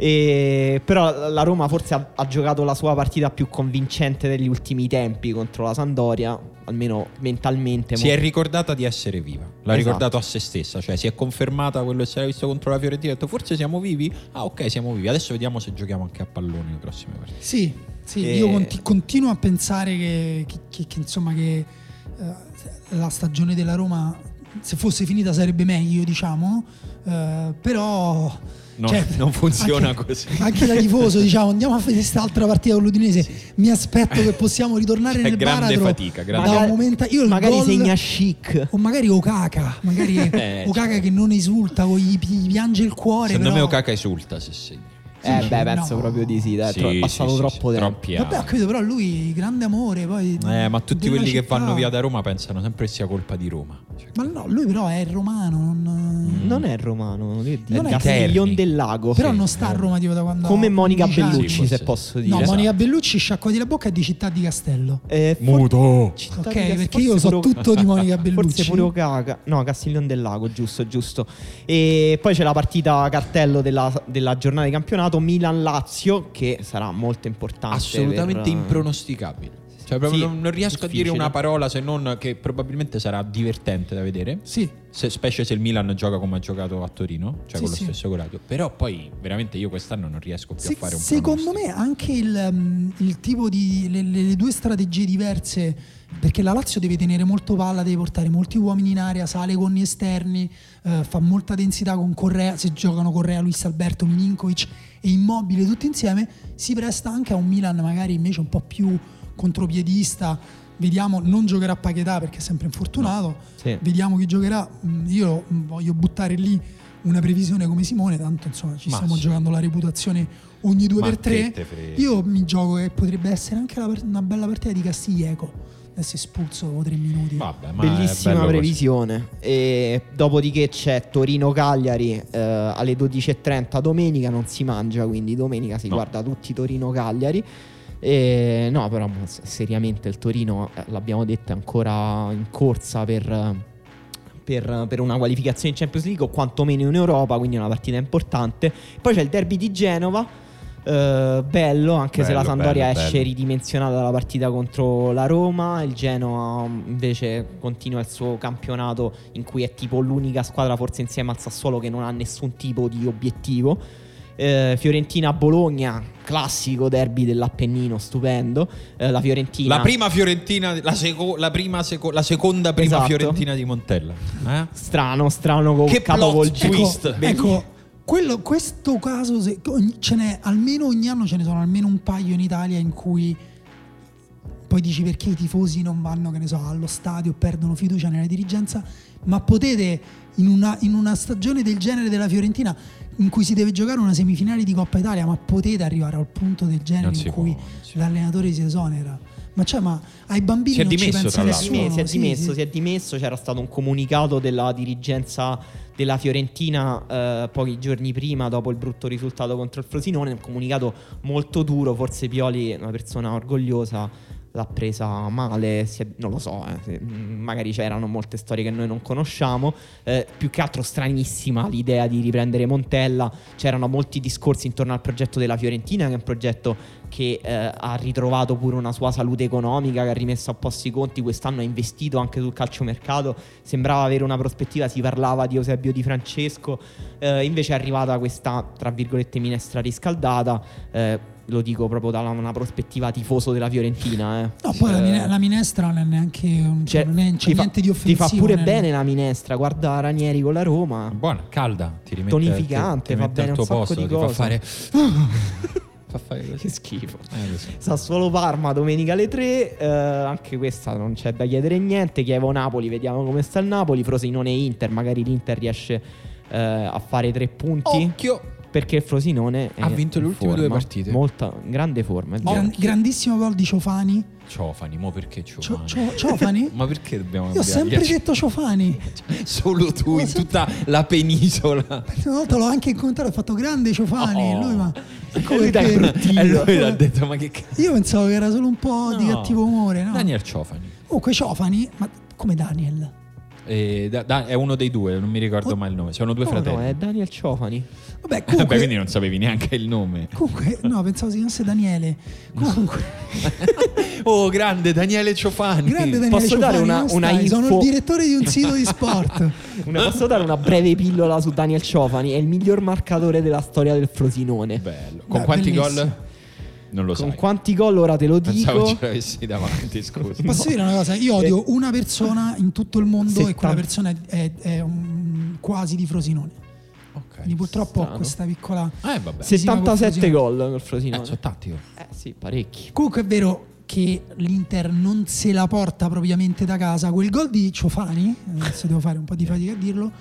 E, però la Roma forse ha, ha giocato la sua partita più convincente degli ultimi tempi contro la Sampdoria, almeno mentalmente. Si mo- è ricordata di essere viva. L'ha Esatto. ricordato a se stessa. Cioè si è confermata quello che si era visto contro la Fiorentina. Ha detto forse siamo vivi. Ah ok, siamo vivi. Adesso vediamo se giochiamo anche a pallone le prossime partite. Sì, sì, E- io conti- continuo a pensare che, che- che- che, insomma che eh, la stagione della Roma, se fosse finita sarebbe meglio, diciamo, eh, però No, cioè, non funziona anche- così. Anche da tifoso, diciamo, andiamo a vedere quest'altra partita con l'Udinese. Mi aspetto che possiamo ritornare C'è nel grande baratro fatica, grande da un Magari- momento. Io il magari gol- segna Chic. o magari Okaka, magari Eh, Okaka che non esulta, con gli, gli piange il cuore. Secondo però... me Okaka esulta se segna. Eh Sì, beh, no. penso proprio di sì, dai, Sì, tro- è passato sì, sì, troppo sì, tempo. troppi Vabbè, ho anni. capito, però lui grande amore, poi Eh, ma tutti della quelli che città. vanno via da Roma pensano sempre che sia colpa di Roma. Cioè, Ma no, lui però è romano, non... Non è romano, lui è di Non è Castiglion Terni. del Lago. però sì, non sta a eh. Roma tipo da quando Come ha Monica undici anni. Bellucci, Sì, se forse posso sì. dire. No, Esatto. Monica Bellucci, sciacquati la bocca, è di Città di Castello. Eh, for- Muto. Città Ok, di Cas- perché forse io so pure- tutto di Monica Bellucci. Forse pure Okaka. No, Castiglion del Lago, giusto, giusto. E poi c'è la partita cartello della, della giornata di campionato Milan-Lazio, che sarà molto importante. Assolutamente per- impronosticabile. Cioè, proprio Sì, non, non riesco a dire difficile. una parola se non che probabilmente sarà divertente da vedere. Sì, Se- specie se il Milan gioca come ha giocato a Torino, cioè Sì, con lo sì. stesso coraggio. Però poi veramente io quest'anno non riesco più Se- a fare un secondo pronostico. me anche il, um, il tipo di le, le- le due strategie diverse, perché la Lazio deve tenere molto palla, deve portare molti uomini in area, sale con gli esterni, eh, fa molta densità con Correa, se giocano Correa, Luis Alberto, Milinkovic e Immobile tutti insieme, si presta anche a un Milan magari invece un po' più contropiedista. Vediamo, non giocherà Paquetá perché è sempre infortunato. Sì. Vediamo chi giocherà. Mm, Io mm, voglio buttare lì una previsione come Simone, tanto insomma ci Ma stiamo sì. giocando la reputazione ogni due Ma per tre. che te frega. Io mi gioco che potrebbe essere anche la part- una bella partita di Castiglieco. Adesso è espulso dopo tre minuti. Vabbè, ma è Bellissima bello così. previsione. E dopodiché c'è Torino-Cagliari eh, alle dodici e trenta domenica. Non si mangia, quindi domenica si No. guarda tutti Torino-Cagliari. E, no, però s- seriamente il Torino, eh, l'abbiamo detto, è ancora in corsa per, per, per una qualificazione in Champions League o quantomeno in Europa, quindi è una partita importante. Poi c'è il derby di Genova. eh, bello, anche se la Bello, Sampdoria bello, esce bello. ridimensionata dalla partita contro la Roma. Il Genoa invece continua il suo campionato in cui è tipo l'unica squadra, forse insieme al Sassuolo, che non ha nessun tipo di obiettivo. Eh, Fiorentina-Bologna, classico derby dell'Appennino, stupendo. Eh, la Fiorentina, La prima Fiorentina, la, seco- la, prima seco- la seconda prima Esatto. Fiorentina di Montella. Eh? strano, strano co- Che capovolgimento. plot twist. Ecco, ecco, quello, questo caso se, ce n'è almeno ogni anno, ce ne sono almeno un paio in Italia in cui poi dici perché i tifosi non vanno, che ne so, allo stadio, perdono fiducia nella dirigenza, ma potete in una, in una stagione del genere della Fiorentina in cui si deve giocare una semifinale di Coppa Italia, ma potete arrivare al punto del genere in cui può, l'allenatore si esonera? Ma cioè, ma ai bambini si è non dimesso, ci pensa nessuno. Si è sì, dimesso, sì. si è dimesso. C'era stato un comunicato della dirigenza della Fiorentina eh, pochi giorni prima, dopo il brutto risultato contro il Frosinone. Un comunicato molto duro. Forse Pioli, una persona orgogliosa, l'ha presa male, si è, non lo so, eh, magari c'erano molte storie che noi non conosciamo, eh, più che altro stranissima l'idea di riprendere Montella. C'erano molti discorsi intorno al progetto della Fiorentina, che è un progetto che eh, ha ritrovato pure una sua salute economica, che ha rimesso a posto i conti, quest'anno ha investito anche sul calciomercato, sembrava avere una prospettiva, si parlava di Eusebio Di Francesco, eh, invece è arrivata questa, tra virgolette, minestra riscaldata, eh, lo dico proprio da una prospettiva tifoso della Fiorentina. Eh. No, poi eh, la, mine- la minestra non è neanche un, cioè, non è, c'è ti fa, niente di offensivo. Ti fa pure nel... bene la minestra, guarda Ranieri con la Roma. Buona, calda, ti rimette, tonificante, ti, ti fa mette bene al un tuo sacco posto, di ti cose. fa fare fa fare così. Che schifo. Eh, così. Sassuolo Parma domenica alle tre, eh, anche questa non c'è da chiedere niente. Chievo Napoli, vediamo come sta il Napoli. Frosinone Inter, magari l'Inter riesce eh, a fare tre punti. Occhio, perché il Frosinone ha vinto le ultime forma, due partite. Molta, grande forma. È Gran- grandissimo gol di Ciofani. Ciofani, mo perché Ciofani? Cio- Cio- Ciofani? Ma perché dobbiamo Io ho sempre ambiarci? detto Ciofani. Solo tu in tutta la penisola. Una volta l'ho anche incontrato, ho fatto grande Ciofani. Oh. Lui, ma E lui dà il bruttino. E lui l'ha detto, ma che cazzo? io pensavo che era solo un po' di No. cattivo umore. No? Daniel Ciofani. Comunque Ciofani, ma come Daniel? E da- da- è uno dei due, non mi ricordo Oh. mai il nome. Sono due No, fratelli. no, è Daniel Ciofani. Vabbè, comunque, Beh, quindi non sapevi neanche il nome. comunque no, pensavo si chiamasse Daniele. Comunque, Oh, grande Daniele Ciofani. grande Daniele Posso Ciofani, dare una- come una stai? Sono info? il direttore di un sito di sport. Una, posso dare una breve pillola su Daniel Ciofani? È il miglior marcatore della storia del Frosinone. Bello. Con Beh, quanti bellissimo. gol? Non lo Con sai. quanti gol ora te lo Pensavo dico. ce l'avessi davanti, scusa. Posso dire una cosa? Io odio una persona in tutto il mondo e quella settanta persona è, è- è un, quasi di Frosinone. Ok. Quindi purtroppo ho strano. questa piccola... Eh, vabbè. Sì. settantasette Frosinone. gol col Eh, Frosinone. sono tanti. oh. Eh sì, parecchi. Comunque è vero che l'Inter non se la porta propriamente da casa. Quel gol di Ciofani, adesso devo fare un po' di fatica a dirlo,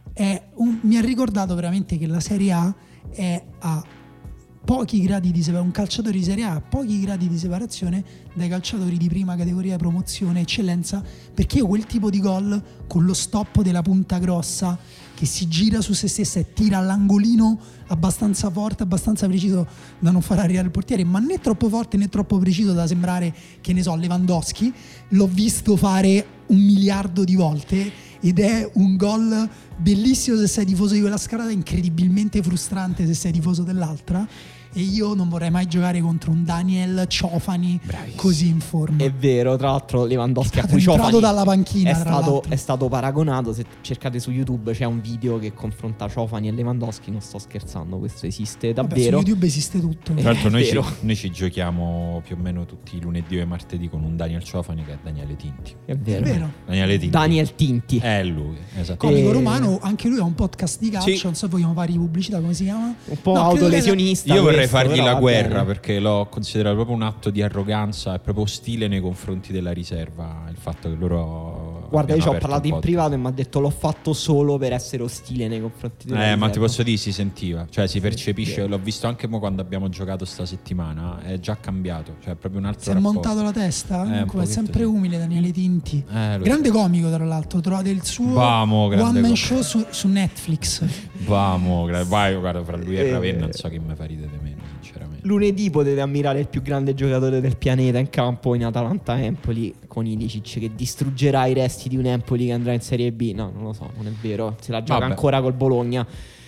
è un- mi ha ricordato veramente che la Serie A è a pochi gradi di separazione, un calciatore di Serie A a pochi gradi di separazione dai calciatori di prima categoria, promozione, eccellenza, perché io quel tipo di gol con lo stop della punta grossa che si gira su se stessa e tira all'angolino abbastanza forte, abbastanza preciso da non far arrivare il portiere, ma né troppo forte né troppo preciso da sembrare, che ne so, Lewandowski, l'ho visto fare un miliardo di volte ed è un gol bellissimo se sei tifoso di quella squadra, incredibilmente frustrante se sei tifoso dell'altra, e io non vorrei mai giocare contro un Daniel Ciofani Bravissimo. così in forma. È vero, tra l'altro Lewandowski a cui Entrato Ciofani dalla panchina, è tra stato, l'altro. è stato paragonato. Se cercate su YouTube c'è un video che confronta Ciofani e Lewandowski. Non sto scherzando, questo esiste Vabbè, davvero. su YouTube esiste tutto. Tra l'altro noi ci, vero. noi ci giochiamo più o meno tutti i lunedì e martedì con un Daniel Ciofani che è Daniele Tinti. È È vero. vero. Daniele Tinti. Daniel Tinti. È lui, esatto. Comico Eh, romano, anche lui ha un podcast di calcio, Sì. non so se vogliamo fare pubblicità, come si chiama? Un po' No, credo che- autolesionista. Io vorrei questo, fargli però la va guerra bene. perché l'ho considerato proprio un atto di arroganza e proprio ostile nei confronti della riserva. Il fatto che loro. Guarda, io ci ho abbiano aperto parlato un in podcast. privato e mi ha detto l'ho fatto solo per essere ostile nei confronti della Eh, ma riserva. ti posso dire, si sentiva, cioè si percepisce, sì. l'ho visto anche mo quando abbiamo giocato sta settimana, è già cambiato, cioè è proprio un altro Si è rapporto. montato la testa? Eh, un Comunque è pochetto sempre sì. umile Daniele Tinti. Eh, lo Grande so. comico, tra l'altro. Trovate il suo Vamo, grande one man comico. show su, su Netflix. Vamo, gra- vai, guarda, fra lui e Eh. Ravenna non so che mi fa ridere di meno, sinceramente. Lunedì potete ammirare il più grande giocatore del pianeta in campo in Atalanta-Empoli con Ilicic che distruggerà i resti di un Empoli che andrà in Serie B. No, non lo so, non è vero. Se la gioca Vabbè. ancora col Bologna.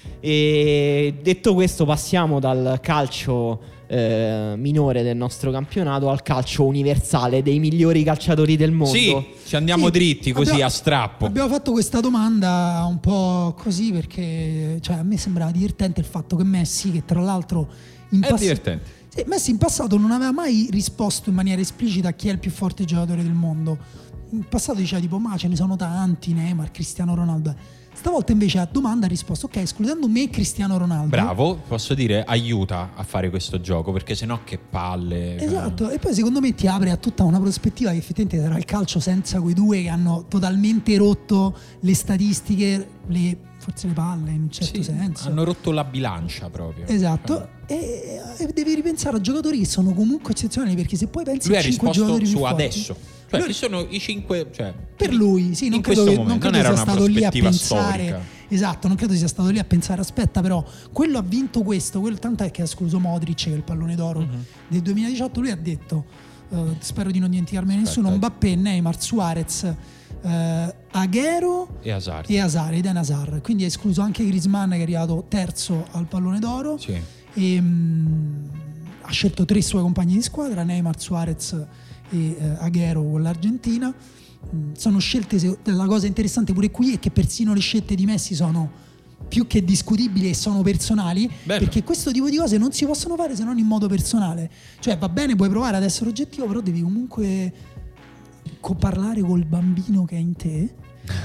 E detto questo, passiamo dal calcio eh, minore del nostro campionato al calcio universale dei migliori calciatori del mondo. Sì, ci andiamo Sì, dritti così abbiamo- a strappo. Abbiamo fatto questa domanda un po' così perché cioè, a me sembrava divertente il fatto che Messi, che tra l'altro in È pass- divertente. Sì, Messi in passato non aveva mai risposto in maniera esplicita a chi è il più forte giocatore del mondo. in passato diceva tipo ma ce ne sono tanti, Neymar, Cristiano Ronaldo. Stavolta invece a domanda ha risposto ok, escludendo me e Cristiano Ronaldo. Bravo, posso dire aiuta a fare questo gioco, perché sennò che palle. Esatto, e poi secondo me ti apre a tutta una prospettiva che effettivamente sarà il calcio senza quei due che hanno totalmente rotto le statistiche, le, forse le palle in un certo sì, senso. Hanno rotto la bilancia proprio. Esatto, e, e devi ripensare a giocatori che sono comunque eccezionali, perché se poi pensi lui a ha cinque risposto giocatori su più forti, adesso. Cioè, lui, chi sono i cinque? Cioè, per lui, sì, non in credo, questo che, non momento credo non sia era una stato lì a prospettiva pensare. storica. Esatto, non credo sia stato lì a pensare, aspetta, però quello ha vinto questo, quello, tanto è che ha escluso Modric, che è il pallone d'oro Mm-hmm. del duemiladiciotto. Lui ha detto, uh, spero di non dimenticarmi nessuno, Aspetta. Mbappé, Neymar, Suarez, uh, Aguero E Hazard. e Hazard, Eden Hazard. Quindi ha escluso anche Griezmann, che è arrivato terzo al pallone d'oro. Sì. E um, ha scelto tre suoi compagni di squadra, Neymar, Suarez e uh, Aguero con l'Argentina. Mm, sono scelte, se, la cosa interessante pure qui è che persino le scelte di Messi sono più che discutibili e sono personali. Bello. Perché questo tipo di cose non si possono fare se non in modo personale. Cioè va bene, puoi provare ad essere oggettivo, però devi comunque co- parlare col bambino che è in te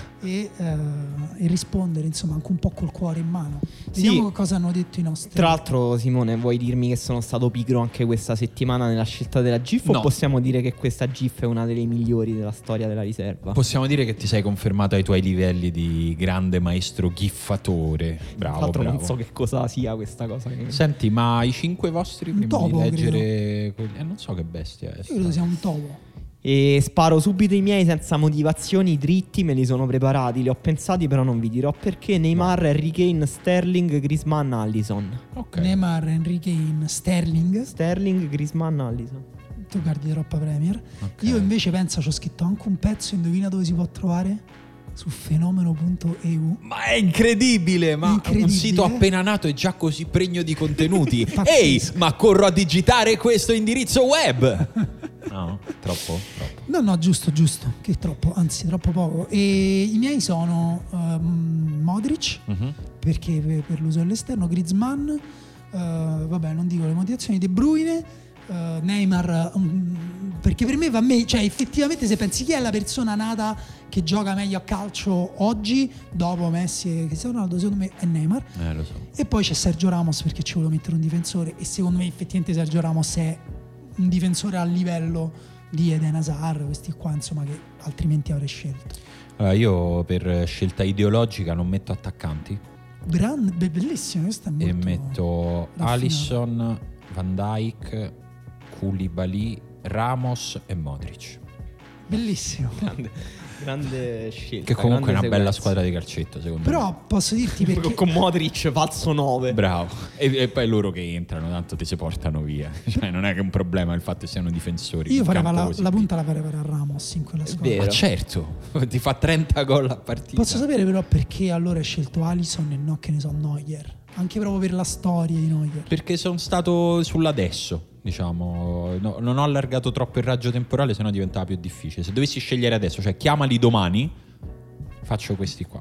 e, uh, e rispondere insomma anche un po' col cuore in mano. Vediamo Sì. cosa hanno detto i nostri. Tra l'altro, Simone, vuoi dirmi che sono stato pigro anche questa settimana nella scelta della GIF? No. O possiamo dire che questa GIF è una delle migliori della storia della riserva? Possiamo dire che ti sei confermato ai tuoi livelli di grande maestro giffatore. Tra Bravo, l'altro bravo. non so che cosa sia questa cosa che... Senti, ma i cinque vostri Un prima topo, di leggere quelli... Eh, non so che bestia è. Io credo sia un topo. E sparo subito i miei senza motivazioni, dritti, me li sono preparati, li ho pensati, però non vi dirò perché. Neymar, Harry Kane, Sterling, Griezmann, Allison. Ok. Neymar, Henry Kane, Sterling. Sterling, Griezmann, Allison. Tu guardi troppa Premier. Ok. Io invece penso, ci ho scritto anche un pezzo, indovina dove si può trovare? Su fenomeno punto e u. Ma è incredibile, ma Incredibile. un sito appena nato è già così pregno di contenuti. Pazzesco. Ehi, ma corro a digitare questo indirizzo web. No, troppo, troppo. No, no, giusto, giusto. Che troppo, anzi, troppo poco. E i miei sono um, Modric, Mhm. perché per, per l'uso all'esterno, Griezmann, uh, vabbè, non dico le motivazioni, De Bruyne, uh, Neymar, um, perché per me va me, cioè effettivamente se pensi chi è la persona nata che gioca meglio a calcio oggi, dopo Messi e Cristiano Ronaldo, secondo me è Neymar. Eh, lo so. E poi c'è Sergio Ramos, perché ci volevo mettere un difensore e secondo me effettivamente Sergio Ramos è un difensore a livello di Eden Hazard, questi qua insomma che altrimenti avrei scelto. Allora, io per scelta ideologica non metto attaccanti Grande, be- bellissimo, questo è molto e metto raffinato. Alisson, Van Dijk, Koulibaly, Ramos e Modric. Bellissimo. Grande, grande scelta. Che comunque è una grande bella sequenza. squadra di calcetto, secondo me. Però posso dirti perché Con Modric falso nove. Bravo. E, e poi loro che entrano, tanto ti si portano via. Cioè, non è che un problema il fatto che siano difensori. io in farei campo la, così la punta piccolo. la farei per Ramos in quella squadra. vero. Ma certo, ti fa trenta gol a partita. Posso sapere però perché allora hai scelto Alisson e no che ne so Neuer? Anche proprio per la storia di Neuer. Perché sono stato sull'adesso, diciamo. No, non ho allargato troppo il raggio temporale, sennò diventava più difficile. Se dovessi scegliere adesso, cioè chiamali domani, faccio questi qua.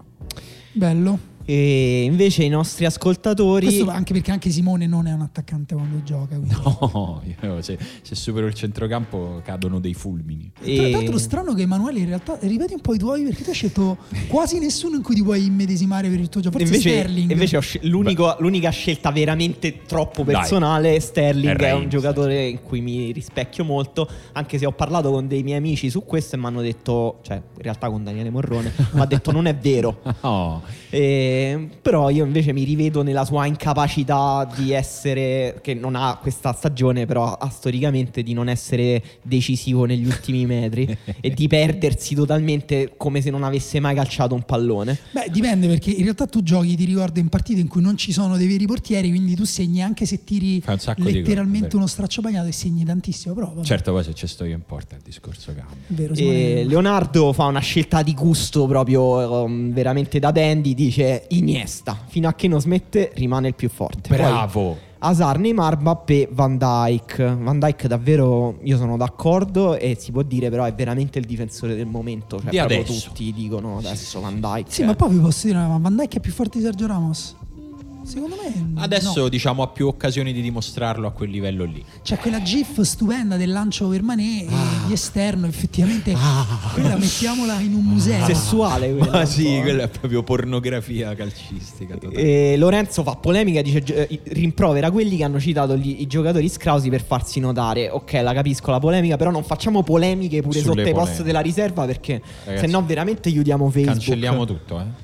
Bello. E invece i nostri ascoltatori... Questo anche perché anche Simone non è un attaccante quando gioca. quindi. No, io se, se supero il centrocampo cadono dei fulmini. Tra l'altro E... lo strano che Emanuele in realtà ripeti un po' i tuoi perché tu hai scelto quasi nessuno in cui ti puoi immedesimare per il tuo gioco. Forse Invece, Sterling. invece ho scel- l'unico- l'unica scelta veramente troppo personale. Dai. Sterling È è un Reims. giocatore in cui mi rispecchio molto, anche se ho parlato con dei miei amici su questo e mi hanno detto, cioè in realtà con Daniele Morrone, mi ha detto non è vero. Oh. E, però io invece mi rivedo nella sua incapacità di essere, che non ha questa stagione, però ha storicamente di non essere decisivo negli ultimi metri e di perdersi totalmente come se non avesse mai calciato un pallone. Beh, dipende perché in realtà tu giochi, ti ricordo, in partite in cui non ci sono dei veri portieri, quindi tu segni anche se tiri Fai un sacco di gol, letteralmente vero. uno straccio bagnato e segni tantissimo. Però vabbè, Certo, poi se ci sto io in porta il discorso cambia. è vero, E Simone- Leonardo fa una scelta di gusto proprio um, veramente da dandy, dice Iniesta, fino a che non smette rimane il più forte. Poi Bravo. Hazard, Neymar, Mbappé, Van Dijk. Van Dijk davvero io sono d'accordo e si può dire però è veramente il difensore del momento, cioè Di proprio adesso. tutti dicono adesso Van Dijk. Sì, ma poi vi posso dire, ma Van Dijk è più forte di Sergio Ramos? secondo me Adesso no. diciamo ha più occasioni di dimostrarlo a quel livello lì. C'è quella gif stupenda del lancio per Mané Ah. di esterno, effettivamente Ah. quella mettiamola in un museo. Sessuale quella. Ma un sì, po', eh. quella è proprio pornografia calcistica totale. E Lorenzo fa polemica, dice eh, rimprovera quelli che hanno citato gli, i giocatori scrausi per farsi notare. Ok, la capisco la polemica, però non facciamo polemiche pure Sulle sotto i post polemiche. della riserva, perché Ragazzi, se no veramente chiudiamo Facebook. Cancelliamo tutto, eh.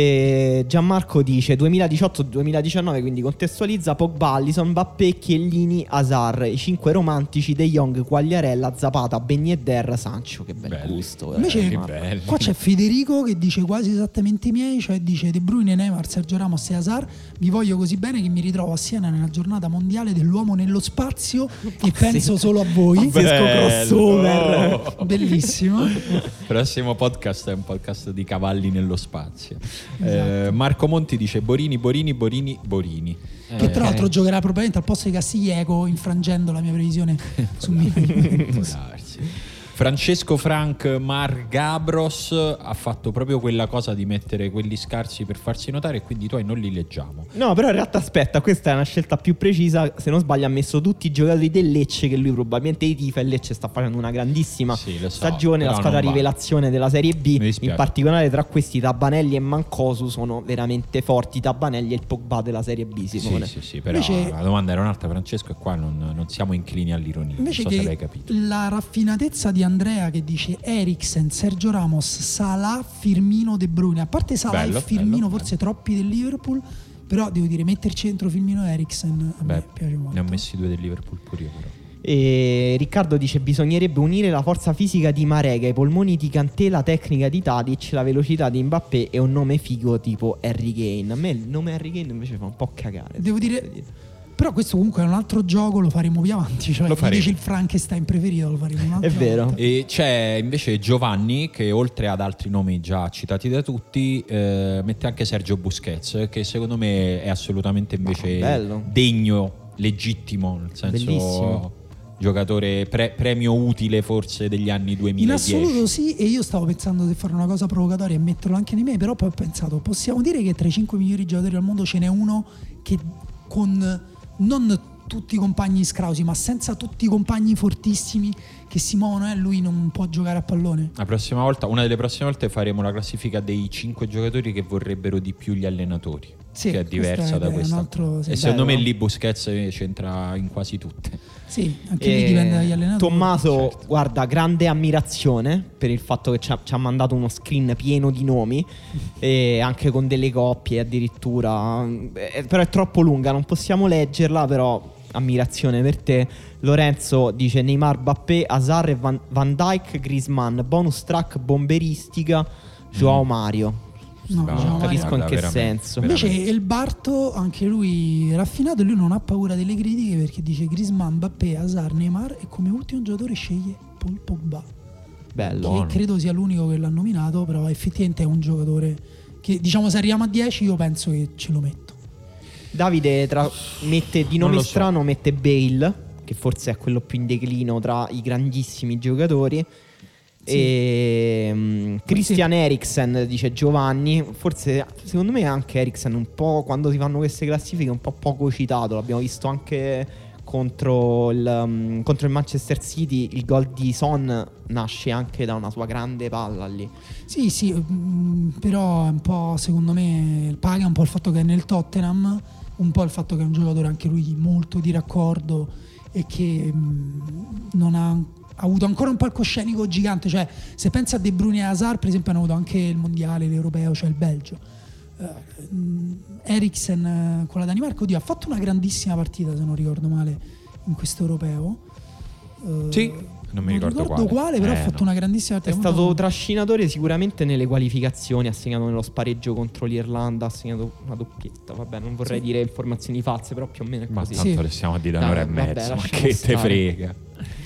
E Gianmarco dice duemiladiciotto duemiladiciannove, quindi contestualizza Pogba, Alisson, Mbappé, Chiellini, Hazard, i cinque romantici, De Jong, Quagliarella, Zapata, Ben Yedder, Sancho. Che bel Belli. gusto. Invece eh, che Marco. belli. qua c'è Federico che dice quasi esattamente i miei, cioè dice De Bruyne, Neymar, Sergio Ramos e Hazard, vi voglio così bene che mi ritrovo a Siena nella giornata mondiale dell'uomo nello spazio e penso solo a voi. Pazzesco crossover. Oh. Bellissimo. Il prossimo podcast è un podcast di cavalli nello spazio. Esatto. Eh, Marco Monti dice Borini, Borini, Borini, Borini. Che Eh, tra l'altro giocherà probabilmente al posto di Castiglieco, infrangendo la mia previsione su Milan. Può darsi. Francesco Frank Margabros ha fatto proprio quella cosa di mettere quelli scarsi per farsi notare e quindi tu non li leggiamo. No, però in realtà aspetta, questa è una scelta più precisa. Se non sbaglio ha messo tutti i giocatori del Lecce, che lui probabilmente i tifa, e il Lecce sta facendo una grandissima Sì, lo so, stagione, la però squadra non va. rivelazione della Serie B. Mi dispiace. In particolare tra questi Tabanelli e Mancosu sono veramente forti. Tabanelli è il Pogba della Serie B, Sì, Simone. sì, sì, però Invece- la domanda era un'altra, Francesco, e qua non, non siamo inclini all'ironia. Invece non so se l'hai che capito. la raffinatezza di Andrea che dice Eriksen, Sergio Ramos, Salah, Firmino, De Bruyne. A parte Salah Bello, e Firmino, bello, forse troppi del Liverpool, però devo dire metterci dentro Firmino e Eriksen a Beh, me piace molto. ne ho messi due del Liverpool pure io, però. E Riccardo dice bisognerebbe unire la forza fisica di Marega, i polmoni di Kanté, la tecnica di Tadic, la velocità di Mbappé e un nome figo tipo Harry Kane. A me il nome Harry Kane invece fa un po' cagare. Devo dire- Però questo comunque è un altro gioco, lo faremo più avanti. Cioè, Lo mi faremo. dici il Frankenstein preferito, lo faremo un'altra È vero. volta. E c'è invece Giovanni che oltre ad altri nomi già citati da tutti eh, mette anche Sergio Busquets, che secondo me è assolutamente invece Ah, bello. degno, legittimo, nel senso Bellissimo. giocatore pre- premio utile forse degli anni In duemiladieci. assoluto sì, e io stavo pensando di fare una cosa provocatoria e metterlo anche nei miei, però poi ho pensato, possiamo dire che tra i cinque migliori giocatori al mondo ce n'è uno che con non tutti i compagni scrausi, ma senza tutti i compagni fortissimi che si muovono, eh, lui non può giocare a pallone. La prossima volta, una delle prossime volte faremo la classifica dei cinque giocatori che vorrebbero di più gli allenatori, Sì, che è questo diversa è- da è un questa. altro- sì, e secondo bello. me lì Busquets c'entra in quasi tutte. Sì, anche E lì dipende dagli allenatori. Tommaso, certo. guarda, grande ammirazione per il fatto che ci ha, ci ha mandato uno screen pieno di nomi e anche con delle coppie addirittura. Eh, però è troppo lunga, non possiamo leggerla, però ammirazione per te. Lorenzo dice Neymar, Mbappé, Hazard e Van, Van Dijk, Griezmann, bonus track bomberistica, Joao Mm. Mario. No, No, diciamo, capisco Mario. in che veramente, senso. Invece veramente. il Barto, anche lui raffinato, lui non ha paura delle critiche perché dice Griezmann, Mbappé, Hazard, Neymar e come ultimo giocatore sceglie Paul Pogba. Bello. Buono. Che credo sia l'unico che l'ha nominato, però effettivamente è un giocatore che, diciamo, se arriviamo a dieci io penso che ce lo metto. Davide tra- mette di Non nome lo so. strano, mette Bale, che forse è quello più in declino tra i grandissimi giocatori. E mm, Christian Eriksen, dice Giovanni. Forse secondo me anche Eriksen un po', quando si fanno queste classifiche, un po' poco citato. L'abbiamo visto anche contro il, um, contro il Manchester City. Il gol di Son nasce anche da una sua grande palla lì. Sì, sì, mm, però è un po', secondo me, paga un po' il fatto che è nel Tottenham, un po' il fatto che è un giocatore anche lui molto di raccordo e che mm, non ha, ha avuto ancora un palcoscenico gigante. Cioè, se pensi a De Bruyne e Hazard, per esempio, hanno avuto anche il mondiale, l'europeo, cioè il Belgio. Uh, mm, Eriksen eh, con la Danimarca, oddio, ha fatto una grandissima partita, se non ricordo male, in questo europeo. Uh, Sì, non mi ricordo quale. però Eh, ha fatto no. una grandissima È partita. stato Molto- trascinatore sicuramente nelle qualificazioni. Ha segnato nello spareggio contro l'Irlanda. Ha segnato una doppietta. Vabbè, non vorrei Sì. dire informazioni false, però più o meno è Ma così. tanto Sì. le stiamo a dire Dai, un'ora e vabbè, mezza, ma lasciamo che te stare. frega.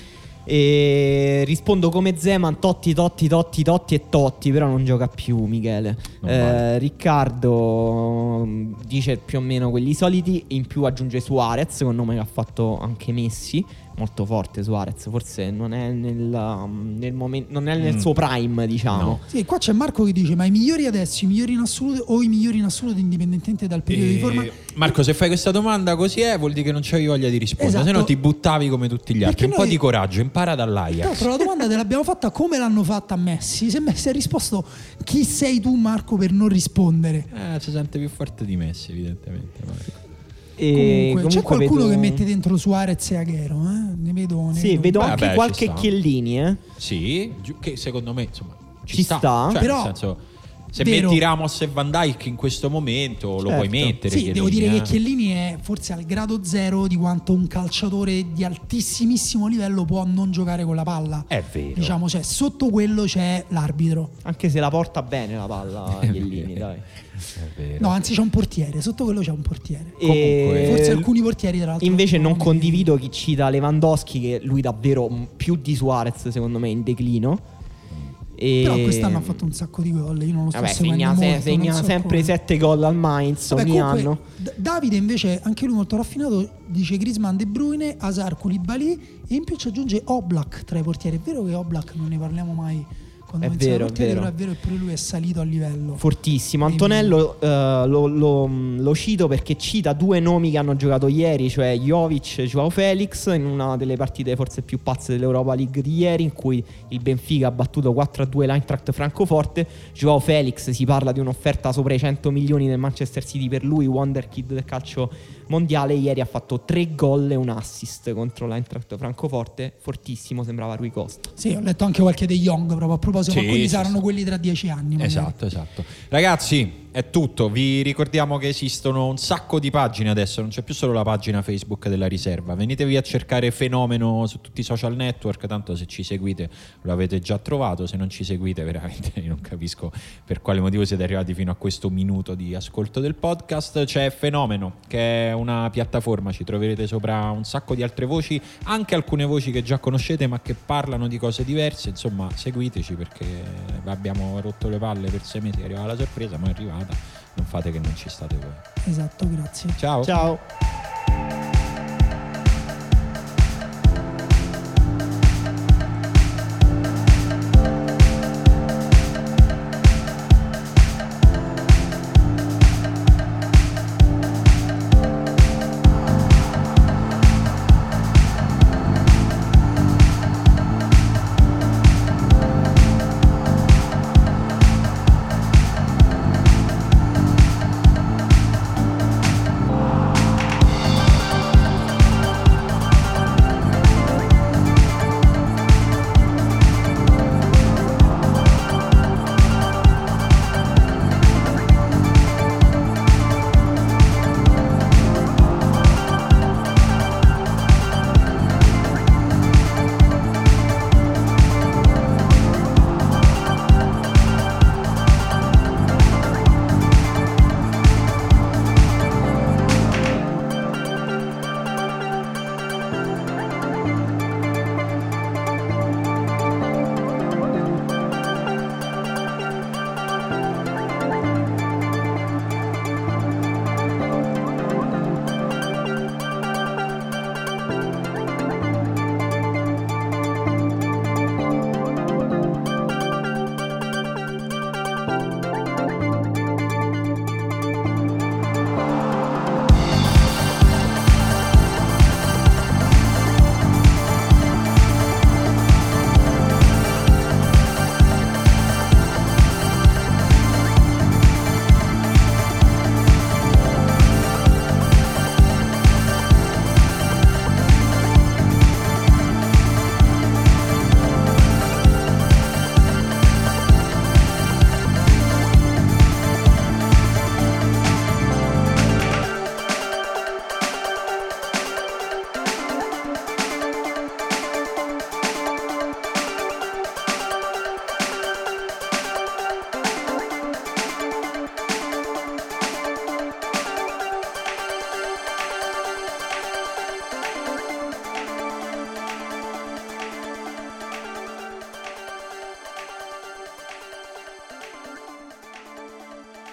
E rispondo come Zeman, Totti, Totti, Totti, Totti e Totti, però non gioca più Michele. Non Eh, vale. Riccardo mm, dice più o meno quelli soliti, in più aggiunge Suarez con nome che ha fatto anche Messi, molto forte Suarez, forse non è nel, um, nel momento, non è nel Mm. suo prime, diciamo. No. Sì, qua c'è Marco che dice: ma i migliori adesso, i migliori in assoluto o i migliori in assoluto indipendentemente dal periodo E- di forma? Marco, se fai questa domanda così è, vuol dire che non c'avevi voglia di rispondere, Esatto. se no ti buttavi come tutti gli altri. Perché Un po' noi- di coraggio, impara Tra dall'Ajax. l'altro la domanda te l'abbiamo fatta come l'hanno fatta a Messi. Se Messi ha risposto: chi sei tu Marco per non rispondere? Eh, si sente più forte di Messi, evidentemente. Marco. E Comunque, c'è comunque qualcuno vedo- che mette dentro Suarez e Aguero, eh? Ne vedo, ne Sì, vedo Beh, anche beh, ci qualche sta. Chiellini, eh. Sì, giu- che secondo me insomma ci, Ci sta. sta. Cioè, Però- nel senso, se vero. metti Ramos e Van Dijk in questo momento lo Certo. puoi mettere. Sì, devo Chiellini, dire eh. che Chiellini è forse al grado zero di quanto un calciatore di altissimissimo livello può non giocare con la palla. È vero. Diciamo, cioè, sotto quello c'è l'arbitro. Anche se la porta bene la palla Chiellini, dai. È vero. No, anzi c'è un portiere, sotto quello c'è un portiere. E- Forse alcuni portieri tra l'altro. Invece non come- condivido chi cita Lewandowski, che lui davvero m- più di Suarez secondo me è in declino. E... Però quest'anno ha fatto un sacco di gol, io non lo sto Vabbè, seguendo segna, se- molto, segna non so sempre come. sette gol al Mainz Vabbè, ogni comunque, anno. D- Davide invece, anche lui molto raffinato, dice Griezmann, De Bruyne, Hazard, Koulibaly e in più ci aggiunge Oblak tra i portieri. È vero che Oblak non ne parliamo mai quando È pensiamo ai vero, è portieri, vero. però è vero che pure lui è salito a livello. Fortissimo. Dei Antonello eh, lo, lo- lo cito perché cita due nomi che hanno giocato ieri, cioè Jovic e Joao Felix, in una delle partite forse più pazze dell'Europa League di ieri, in cui il Benfica ha battuto quattro a due l'Eintracht Francoforte. Joao Felix, si parla di un'offerta sopra i cento milioni del Manchester City per lui, wonderkid del calcio mondiale. Ieri ha fatto tre gol e un assist contro l'Eintracht Francoforte, fortissimo, sembrava Rui Costa. Sì, ho letto anche qualche dei Young proprio a proposito, Sì, ma quelli ci saranno sta. quelli tra dieci anni. magari. Esatto, esatto. Ragazzi, è tutto. Vi ricordiamo che esistono un sacco di pagine adesso, non c'è più solo la pagina Facebook della riserva. Venitevi a cercare Fenomeno su tutti i social network, tanto se ci seguite lo avete già trovato, se non ci seguite veramente io non capisco per quale motivo siete arrivati fino a questo minuto di ascolto del podcast. C'è Fenomeno, che è una piattaforma, ci troverete sopra un sacco di altre voci, anche alcune voci che già conoscete ma che parlano di cose diverse. Insomma, seguiteci perché abbiamo rotto le palle per sei mesi, arrivava la sorpresa, ma è arrivata. Non fate che non ci state voi. Esatto, grazie. Ciao. Ciao.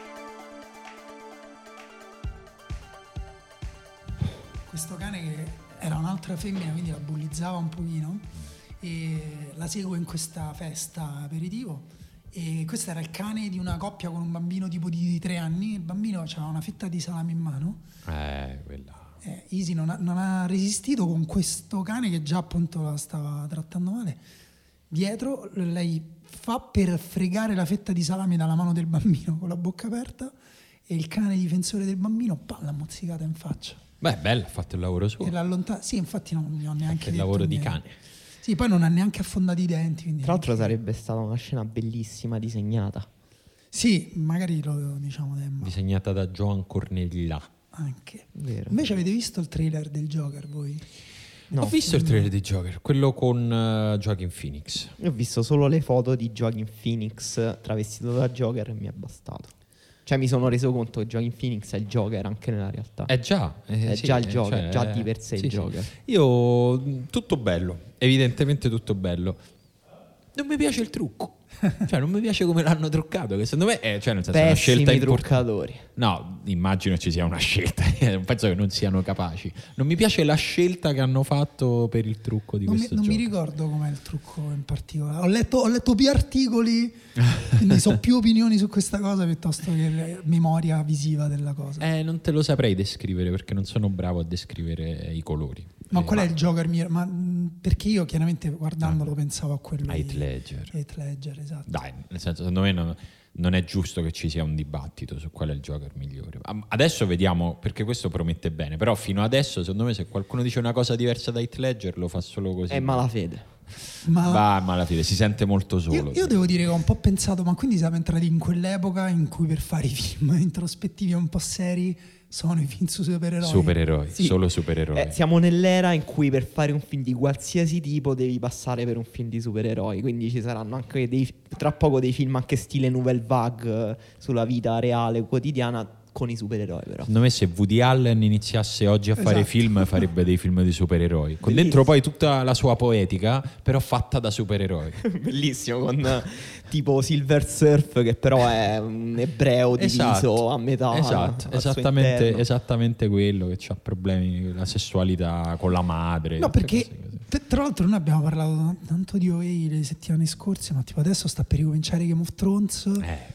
Questo cane che era un'altra femmina, quindi la bullizzava un pochino, e la seguo in questa festa aperitivo, e questo era il cane di una coppia con un bambino tipo di tre anni. Il bambino aveva una fetta di salame in mano, eh quella eh, Easy non ha, non ha resistito con questo cane che già appunto la stava trattando male. Dietro lei fa per fregare la fetta di salame dalla mano del bambino con la bocca aperta, e il cane difensore del bambino pam, l'ha mozzicata in faccia. beh, bella, ha fatto il lavoro suo, E l'allontana. Sì, infatti non gli ho neanche il detto lavoro di niente. cane. Sì, poi non ha neanche affondato i denti. Quindi Tra l'altro neanche- sarebbe stata una scena bellissima disegnata. Sì, magari lo diciamo Demma. Disegnata da Joan Cornellà. Anche. Vero. Invece avete visto il trailer del Joker voi? No, Ho visto il trailer di Joker, quello con uh, Joaquin Phoenix. io ho visto solo le foto di Joaquin Phoenix travestito da Joker e mi è bastato. Cioè mi sono reso conto che Joaquin Phoenix è il Joker anche nella realtà. È già, eh, È sì, già il eh, Joker, cioè, già eh, di per sé sì, il sì. Joker. Io tutto bello, evidentemente tutto bello. Non mi piace il trucco. Cioè non mi piace come l'hanno truccato, che secondo me è, cioè nel senso, è una Pessimi scelta importante. truccatori. No, immagino ci sia una scelta, non penso che non siano capaci. Non mi piace la scelta che hanno fatto per il trucco di Non, mi, questo non gioco. mi ricordo com'è il trucco in particolare. Ho letto, ho letto più articoli, quindi so più opinioni su questa cosa piuttosto che memoria visiva della cosa. Eh, non te lo saprei descrivere perché non sono bravo a descrivere i colori. Ma Eh, qual è il Joker migliore? Ma mh, perché io chiaramente guardandolo pensavo a quello Heath di Ledger. Heath Ledger, esatto. Dai, nel senso, secondo me non, non è giusto che ci sia un dibattito su qual è il Joker migliore. Am- Adesso vediamo, perché questo promette bene, però fino adesso secondo me se qualcuno dice una cosa diversa da Heath Ledger lo fa solo così. È malafede. Ma Va, malafide, si sente molto solo. io, io devo dire che ho un po' pensato, ma quindi siamo entrati in quell'epoca in cui per fare i film introspettivi e un po' seri sono i film su supereroi. Supereroi, Sì. solo supereroi. Eh, siamo nell'era in cui per fare un film di qualsiasi tipo devi passare per un film di supereroi, quindi ci saranno anche dei, tra poco dei film anche stile Nouvelle Vague eh, sulla vita reale quotidiana con i supereroi però. Secondo me se Woody Allen iniziasse oggi a fare Esatto. film farebbe dei film di supereroi, con dentro poi tutta la sua poetica, però fatta da supereroi. Bellissimo, con eh, tipo Silver Surf che però è un ebreo diviso Esatto. a metà. Esatto, al suo esattamente, interno. esattamente quello, che ha problemi con la sessualità, con la madre. No, tutte perché cose così. t- tra l'altro noi abbiamo parlato t- tanto di O A le settimane scorse, ma tipo adesso sta per ricominciare Game of Thrones Eh,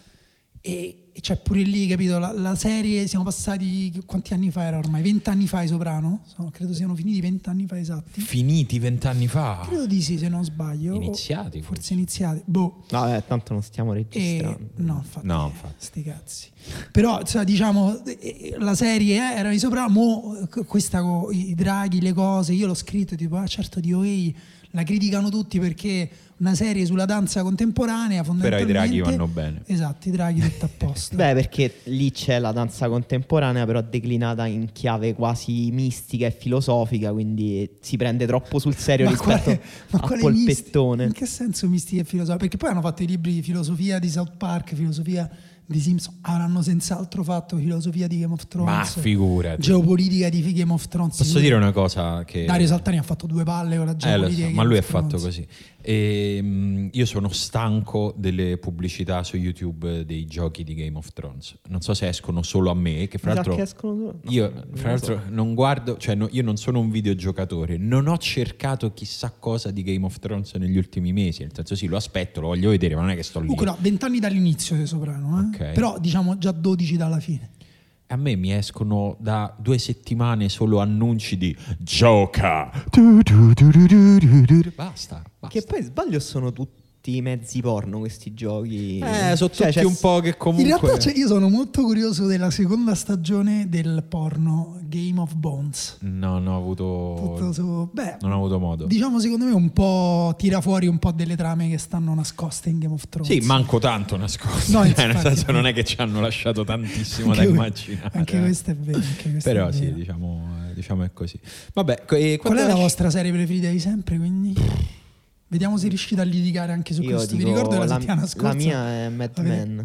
e, e c'è pure lì, capito, la, la serie, siamo passati, quanti anni fa era ormai? vent'anni fa i Soprano? Sono- credo siano finiti vent'anni fa esatti. finiti vent'anni fa. Credo di sì, se non sbaglio. Iniziati, O forse. forse iniziati. Boh. Vabbè, tanto non stiamo E, registrando. no, infatti, No, infatti. sti cazzi. Però, cioè, diciamo, eh, la serie eh, era i Soprano, mo, eh, questa con i draghi, le cose, io l'ho scritto, tipo, ah certo, di O A la criticano tutti perché una serie sulla danza contemporanea, Però i fondamentalmente. draghi vanno bene. Esatto, i draghi tutto a posto. Beh, perché lì c'è la danza contemporanea, però declinata in chiave quasi mistica e filosofica, quindi si prende troppo sul serio Ma rispetto quale- ma a quale polpettone. misti- In che senso mistica e filosofica? Perché poi hanno fatto i libri di filosofia di South Park, filosofia di Simpson, avranno senz'altro fatto filosofia di Game of Thrones, Ma figurati. geopolitica di Game of Thrones. Posso Lui- dire una cosa che... Dario Saltani ha fatto due palle con la Eh, lo geopolitica so, di ma Game lui è of fatto Thrones. così. E, mh, io sono stanco delle pubblicità su YouTube dei giochi di Game of Thrones. Non so se escono solo a me, che fra Mi sa l'altro che escono solo- no, io non fra lo so. l'altro non guardo, cioè no, io non sono un videogiocatore, non ho cercato chissà cosa di Game of Thrones negli ultimi mesi, nel senso sì, lo aspetto, lo voglio vedere, ma non è che sto lì. Comunque no, vent'anni dall'inizio di Soprano, eh? Ok. Però diciamo già dodici dalla fine. A me mi escono da due settimane solo annunci di gioca. Du, du, du, du, du, du, du. Basta, basta. Che poi sbaglio sono tutti mezzi porno questi giochi. Eh, sono Cioè, tutti c'è- un po' che comunque... In realtà cioè, io sono molto curioso della seconda stagione del porno Game of Bones. Non ho avuto... Tutto su- beh, Non ho avuto modo. diciamo secondo me un po' tira fuori un po' delle trame che stanno nascoste in Game of Thrones. Sì, manco tanto nascosto. No, Eh, infatti. nel senso non è che ci hanno lasciato tantissimo da Anche que- immaginare. Anche questo è vero. Anche questo Però è sì, vero. diciamo, eh, diciamo è così. Vabbè, co- e Qual quando è la esce- vostra serie preferita di sempre? Quindi vediamo se riuscite a litigare anche su Io questo. Vi dico, ricordo la, la, settimana scorsa. la mia è Mad avete- Men.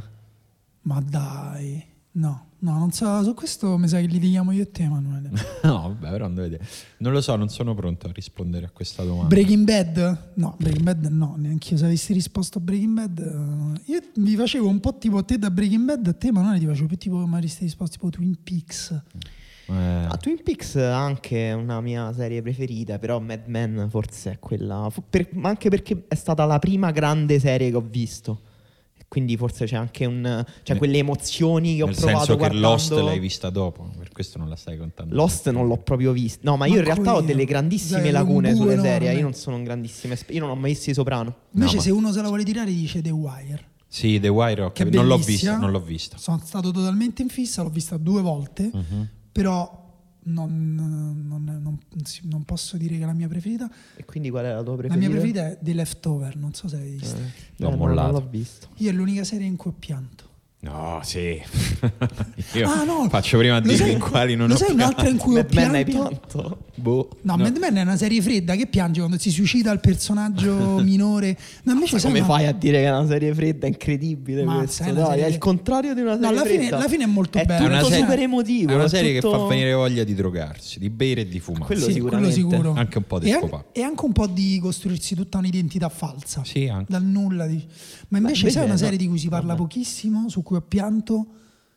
Ma dai, no, no, non so. Su questo mi sa che litighiamo io e te, Emanuele. No, vabbè, però non, vedete. Non lo so, non sono pronto a rispondere a questa domanda. Breaking Bad? No, Breaking Bad no, neanche io se avessi risposto a Breaking Bad. eh, io vi facevo un po' tipo te da Breaking Bad, a te Emanuele ti facevo più tipo come avresti risposto tipo Twin Peaks. Eh. Ah, Twin Peaks anche è una mia serie preferita, però Mad Men forse è quella, fu- per- ma anche perché è stata la prima grande serie che ho visto. Quindi forse c'è anche un cioè Nel- quelle emozioni che ho Nel provato senso che guardando Lost l'hai vista dopo, per questo non la stai contando. Lost non l'ho proprio vista. No, ma io in Manco realtà ho io. delle grandissime Dai, lacune un buco sulle enorme. serie. Io non sono un grandissimo esper- io non ho mai visto I Soprano. Invece No, ma- se uno se la vuole tirare dice The Wire. Sì, The Wire, ho Che è capito. non l'ho bellissima. vista, non l'ho vista. Sono stato totalmente in fissa, l'ho vista due volte, Mhm. però non, non- non- si- non posso dire che è la mia preferita. E quindi qual è la tua La preferita? mia preferita è The Leftover, non so se l'hai vista. Eh, L'ho eh, no, mollato. non l'ho visto. Io è l'unica serie in cui ho pianto. No, sì. Io Ah, no. faccio prima a Lo dire sai- in quali non lo ho sai un'altra in cui ho Mad Men hai pianto? pianto? Boh. No, Mad Men è una serie fredda che piange quando si suicida il personaggio minore. No, invece sai Come una- fai a dire che è una serie fredda? È incredibile Ma questo. sai, una Dai, serie- è il contrario di una serie No, alla fine, fredda. alla fine è molto È bello. una tutto serie- super emotivo. È una serie tutto- che fa venire voglia di drogarsi, di bere e di fumare. Quello Sì, sicuramente. quello sicuro. Anche un po' di e, scopa. e anche un po' di costruirsi tutta un'identità falsa. Sì, anche. Dal nulla. di- Ma invece, invece sai una no. serie di cui si parla Vabbè. pochissimo, su cui ho pianto,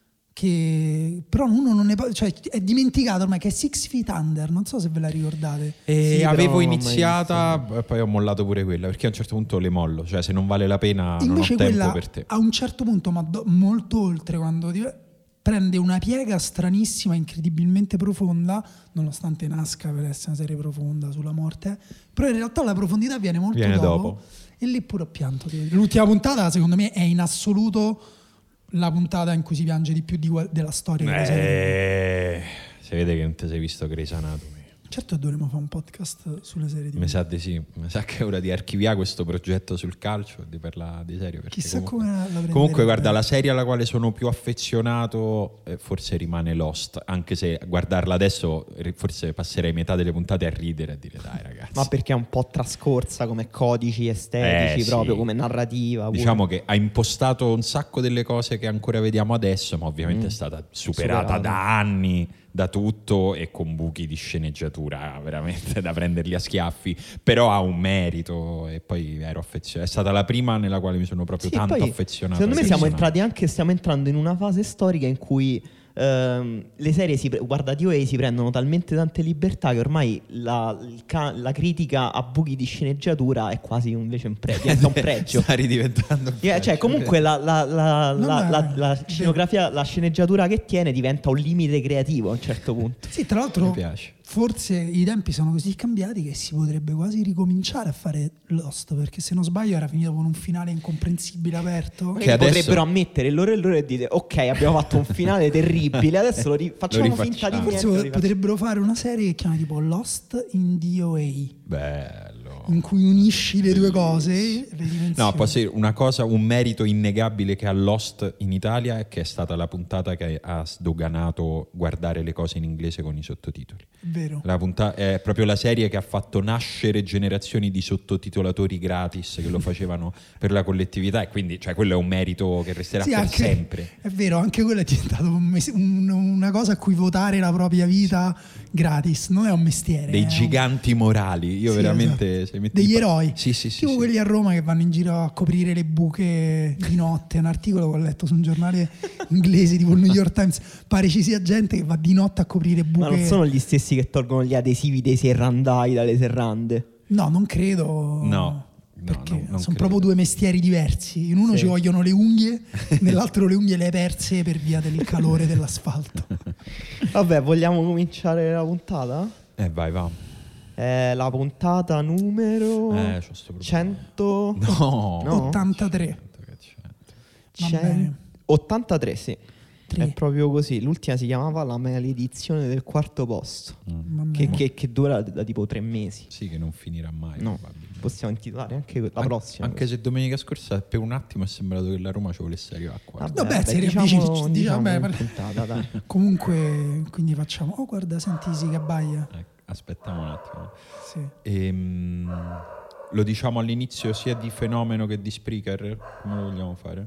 che però uno non ne parla, cioè è dimenticato ormai, che è Six Feet Under, non so se ve la ricordate. E Sì, però avevo non l'ho mai iniziata, e poi ho mollato pure quella, perché a un certo punto le mollo, cioè se non vale la pena non ho Invece tempo quella per te. a un certo punto, ma do- molto oltre, quando di- prende una piega stranissima, incredibilmente profonda, nonostante nasca per essere una serie profonda sulla morte, però in realtà la profondità viene molto Viene dopo, dopo. e lì pure ho pianto. L'ultima puntata secondo me è in assoluto la puntata in cui si piange di più di qual- della storia della serie. Eh, si vede che non ti sei visto Grey's Anatomy. Certo dovremmo fare un podcast sulle serie di Mi sa di sì, mi sa che è ora di archiviare questo progetto sul calcio e di parlare di serie. perché Chissà comunque- come la prenderebbe. Comunque, guarda, la serie alla quale sono più affezionato eh, forse rimane Lost, anche se guardarla adesso ri- forse passerei metà delle puntate a ridere e a dire dai ragazzi. Ma perché è un po' trascorsa come codici estetici, Eh, sì. proprio come narrativa. pure. Diciamo che ha impostato un sacco delle cose che ancora vediamo adesso, ma ovviamente è stata superata, Superata. da anni, da tutto e con buchi di sceneggiatura veramente da prenderli a schiaffi, però ha un merito e poi ero affezionato. È stata la prima nella quale mi sono proprio Sì, tanto poi, affezionato. Secondo me ai siamo personaggi. entrati anche, stiamo entrando in una fase storica in cui ehm, le serie, si, pre- guarda T V A, si prendono talmente tante libertà che ormai la, il ca- la critica a buchi di sceneggiatura è quasi invece un, pre- diventa un pregio. Sta ridiventando un Yeah, cioè, pregio. comunque la, la- la- No, la- no, la- no, la è scenografia, la sceneggiatura che tiene diventa un limite creativo a un certo punto. Sì, tra Mi l'altro piace. forse i tempi sono così cambiati che si potrebbe quasi ricominciare a fare Lost, perché se non sbaglio era finito con un finale incomprensibile aperto. Che Che adesso- potrebbero ammettere il loro errore e dire ok, abbiamo fatto un finale terribile, adesso lo ri- facciamo Lo finta di rifacciamo. niente. Forse lo pot- rifacciamo. potrebbero fare una serie che chiama tipo Lost in D O A, Bello. in cui unisci le due cose, le dimensioni. No, posso dire una cosa, un merito innegabile che ha Lost in Italia è che è stata la puntata che ha sdoganato guardare le cose in inglese con i sottotitoli. È vero. La punta- è proprio la serie che ha fatto nascere generazioni di sottotitolatori gratis che lo facevano per la collettività e quindi cioè, quello è un merito che resterà Sì, per anche- sempre. È vero, anche quello è diventato un mes- un- una cosa a cui votare la propria vita gratis, non è un mestiere. Dei è un- giganti morali, io Sì, veramente esatto. se metti Degli pa- eroi. Sì, sì, sì, Tipo sì. quelli a Roma che vanno in giro a coprire le buche di notte. Un articolo che ho letto su un giornale inglese tipo il New York Times. Pare ci sia gente che va di notte a coprire buche. Ma non sono gli stessi che tolgono gli adesivi dei serrandai dalle serrande. No, non credo. No, no, perché no, non sono credo. proprio due mestieri diversi. In uno Sì. ci vogliono le unghie, nell'altro le unghie le hai perse per via del calore dell'asfalto. Vabbè, vogliamo cominciare la puntata? Eh vai, va. È la puntata numero Eh, c'ho sto problema. cento No. No. ottantatré. Che c'è? Va cen- bene. ottantatré, sì. Tre. È proprio così. L'ultima si chiamava La maledizione del quarto posto. Va Che, bene. che- che dura da tipo tre mesi. Sì, che non finirà mai. No, probabilmente. possiamo intitolare anche la An- prossima. Anche se domenica scorsa per un attimo è sembrato che la Roma ci volesse arrivare qua. Vabbè, Vabbè, vabbè, si diciamo, riavvicina- diciamo, diciamo beh, in parla- puntata, dai. Comunque, quindi facciamo. Oh, guarda, senti sì che abbaia. Ecco, aspettiamo un attimo. Sì. Ehm, lo diciamo all'inizio sia di Fenomeno che di Spreaker? Come lo vogliamo fare?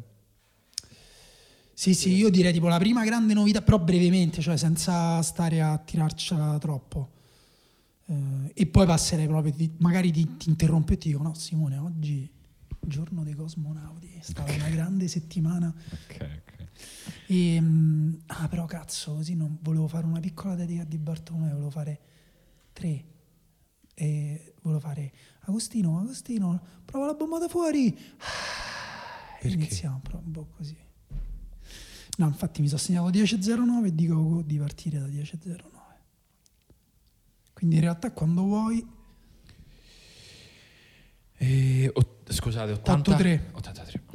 Sì, sì, io direi tipo la prima grande novità, però brevemente, cioè senza stare a tirarcela troppo. Eh, e poi passerei proprio, di- magari ti, ti interrompo e ti dico, no Simone, oggi giorno dei cosmonauti, è stata una grande settimana. Ok, ok. E, mm, ah, però cazzo, così non volevo fare una piccola dedica di Bartolomeo, volevo fare tre. E volevo fare Agostino, Agostino, prova la bomba da fuori. Perché? Iniziamo proprio un po' così. No, infatti mi sono segnato dieci zero nove e dico di partire da dieci zero nove. Quindi in realtà quando vuoi. E, oh, scusate, ottanta, ottantatré. ottantatré.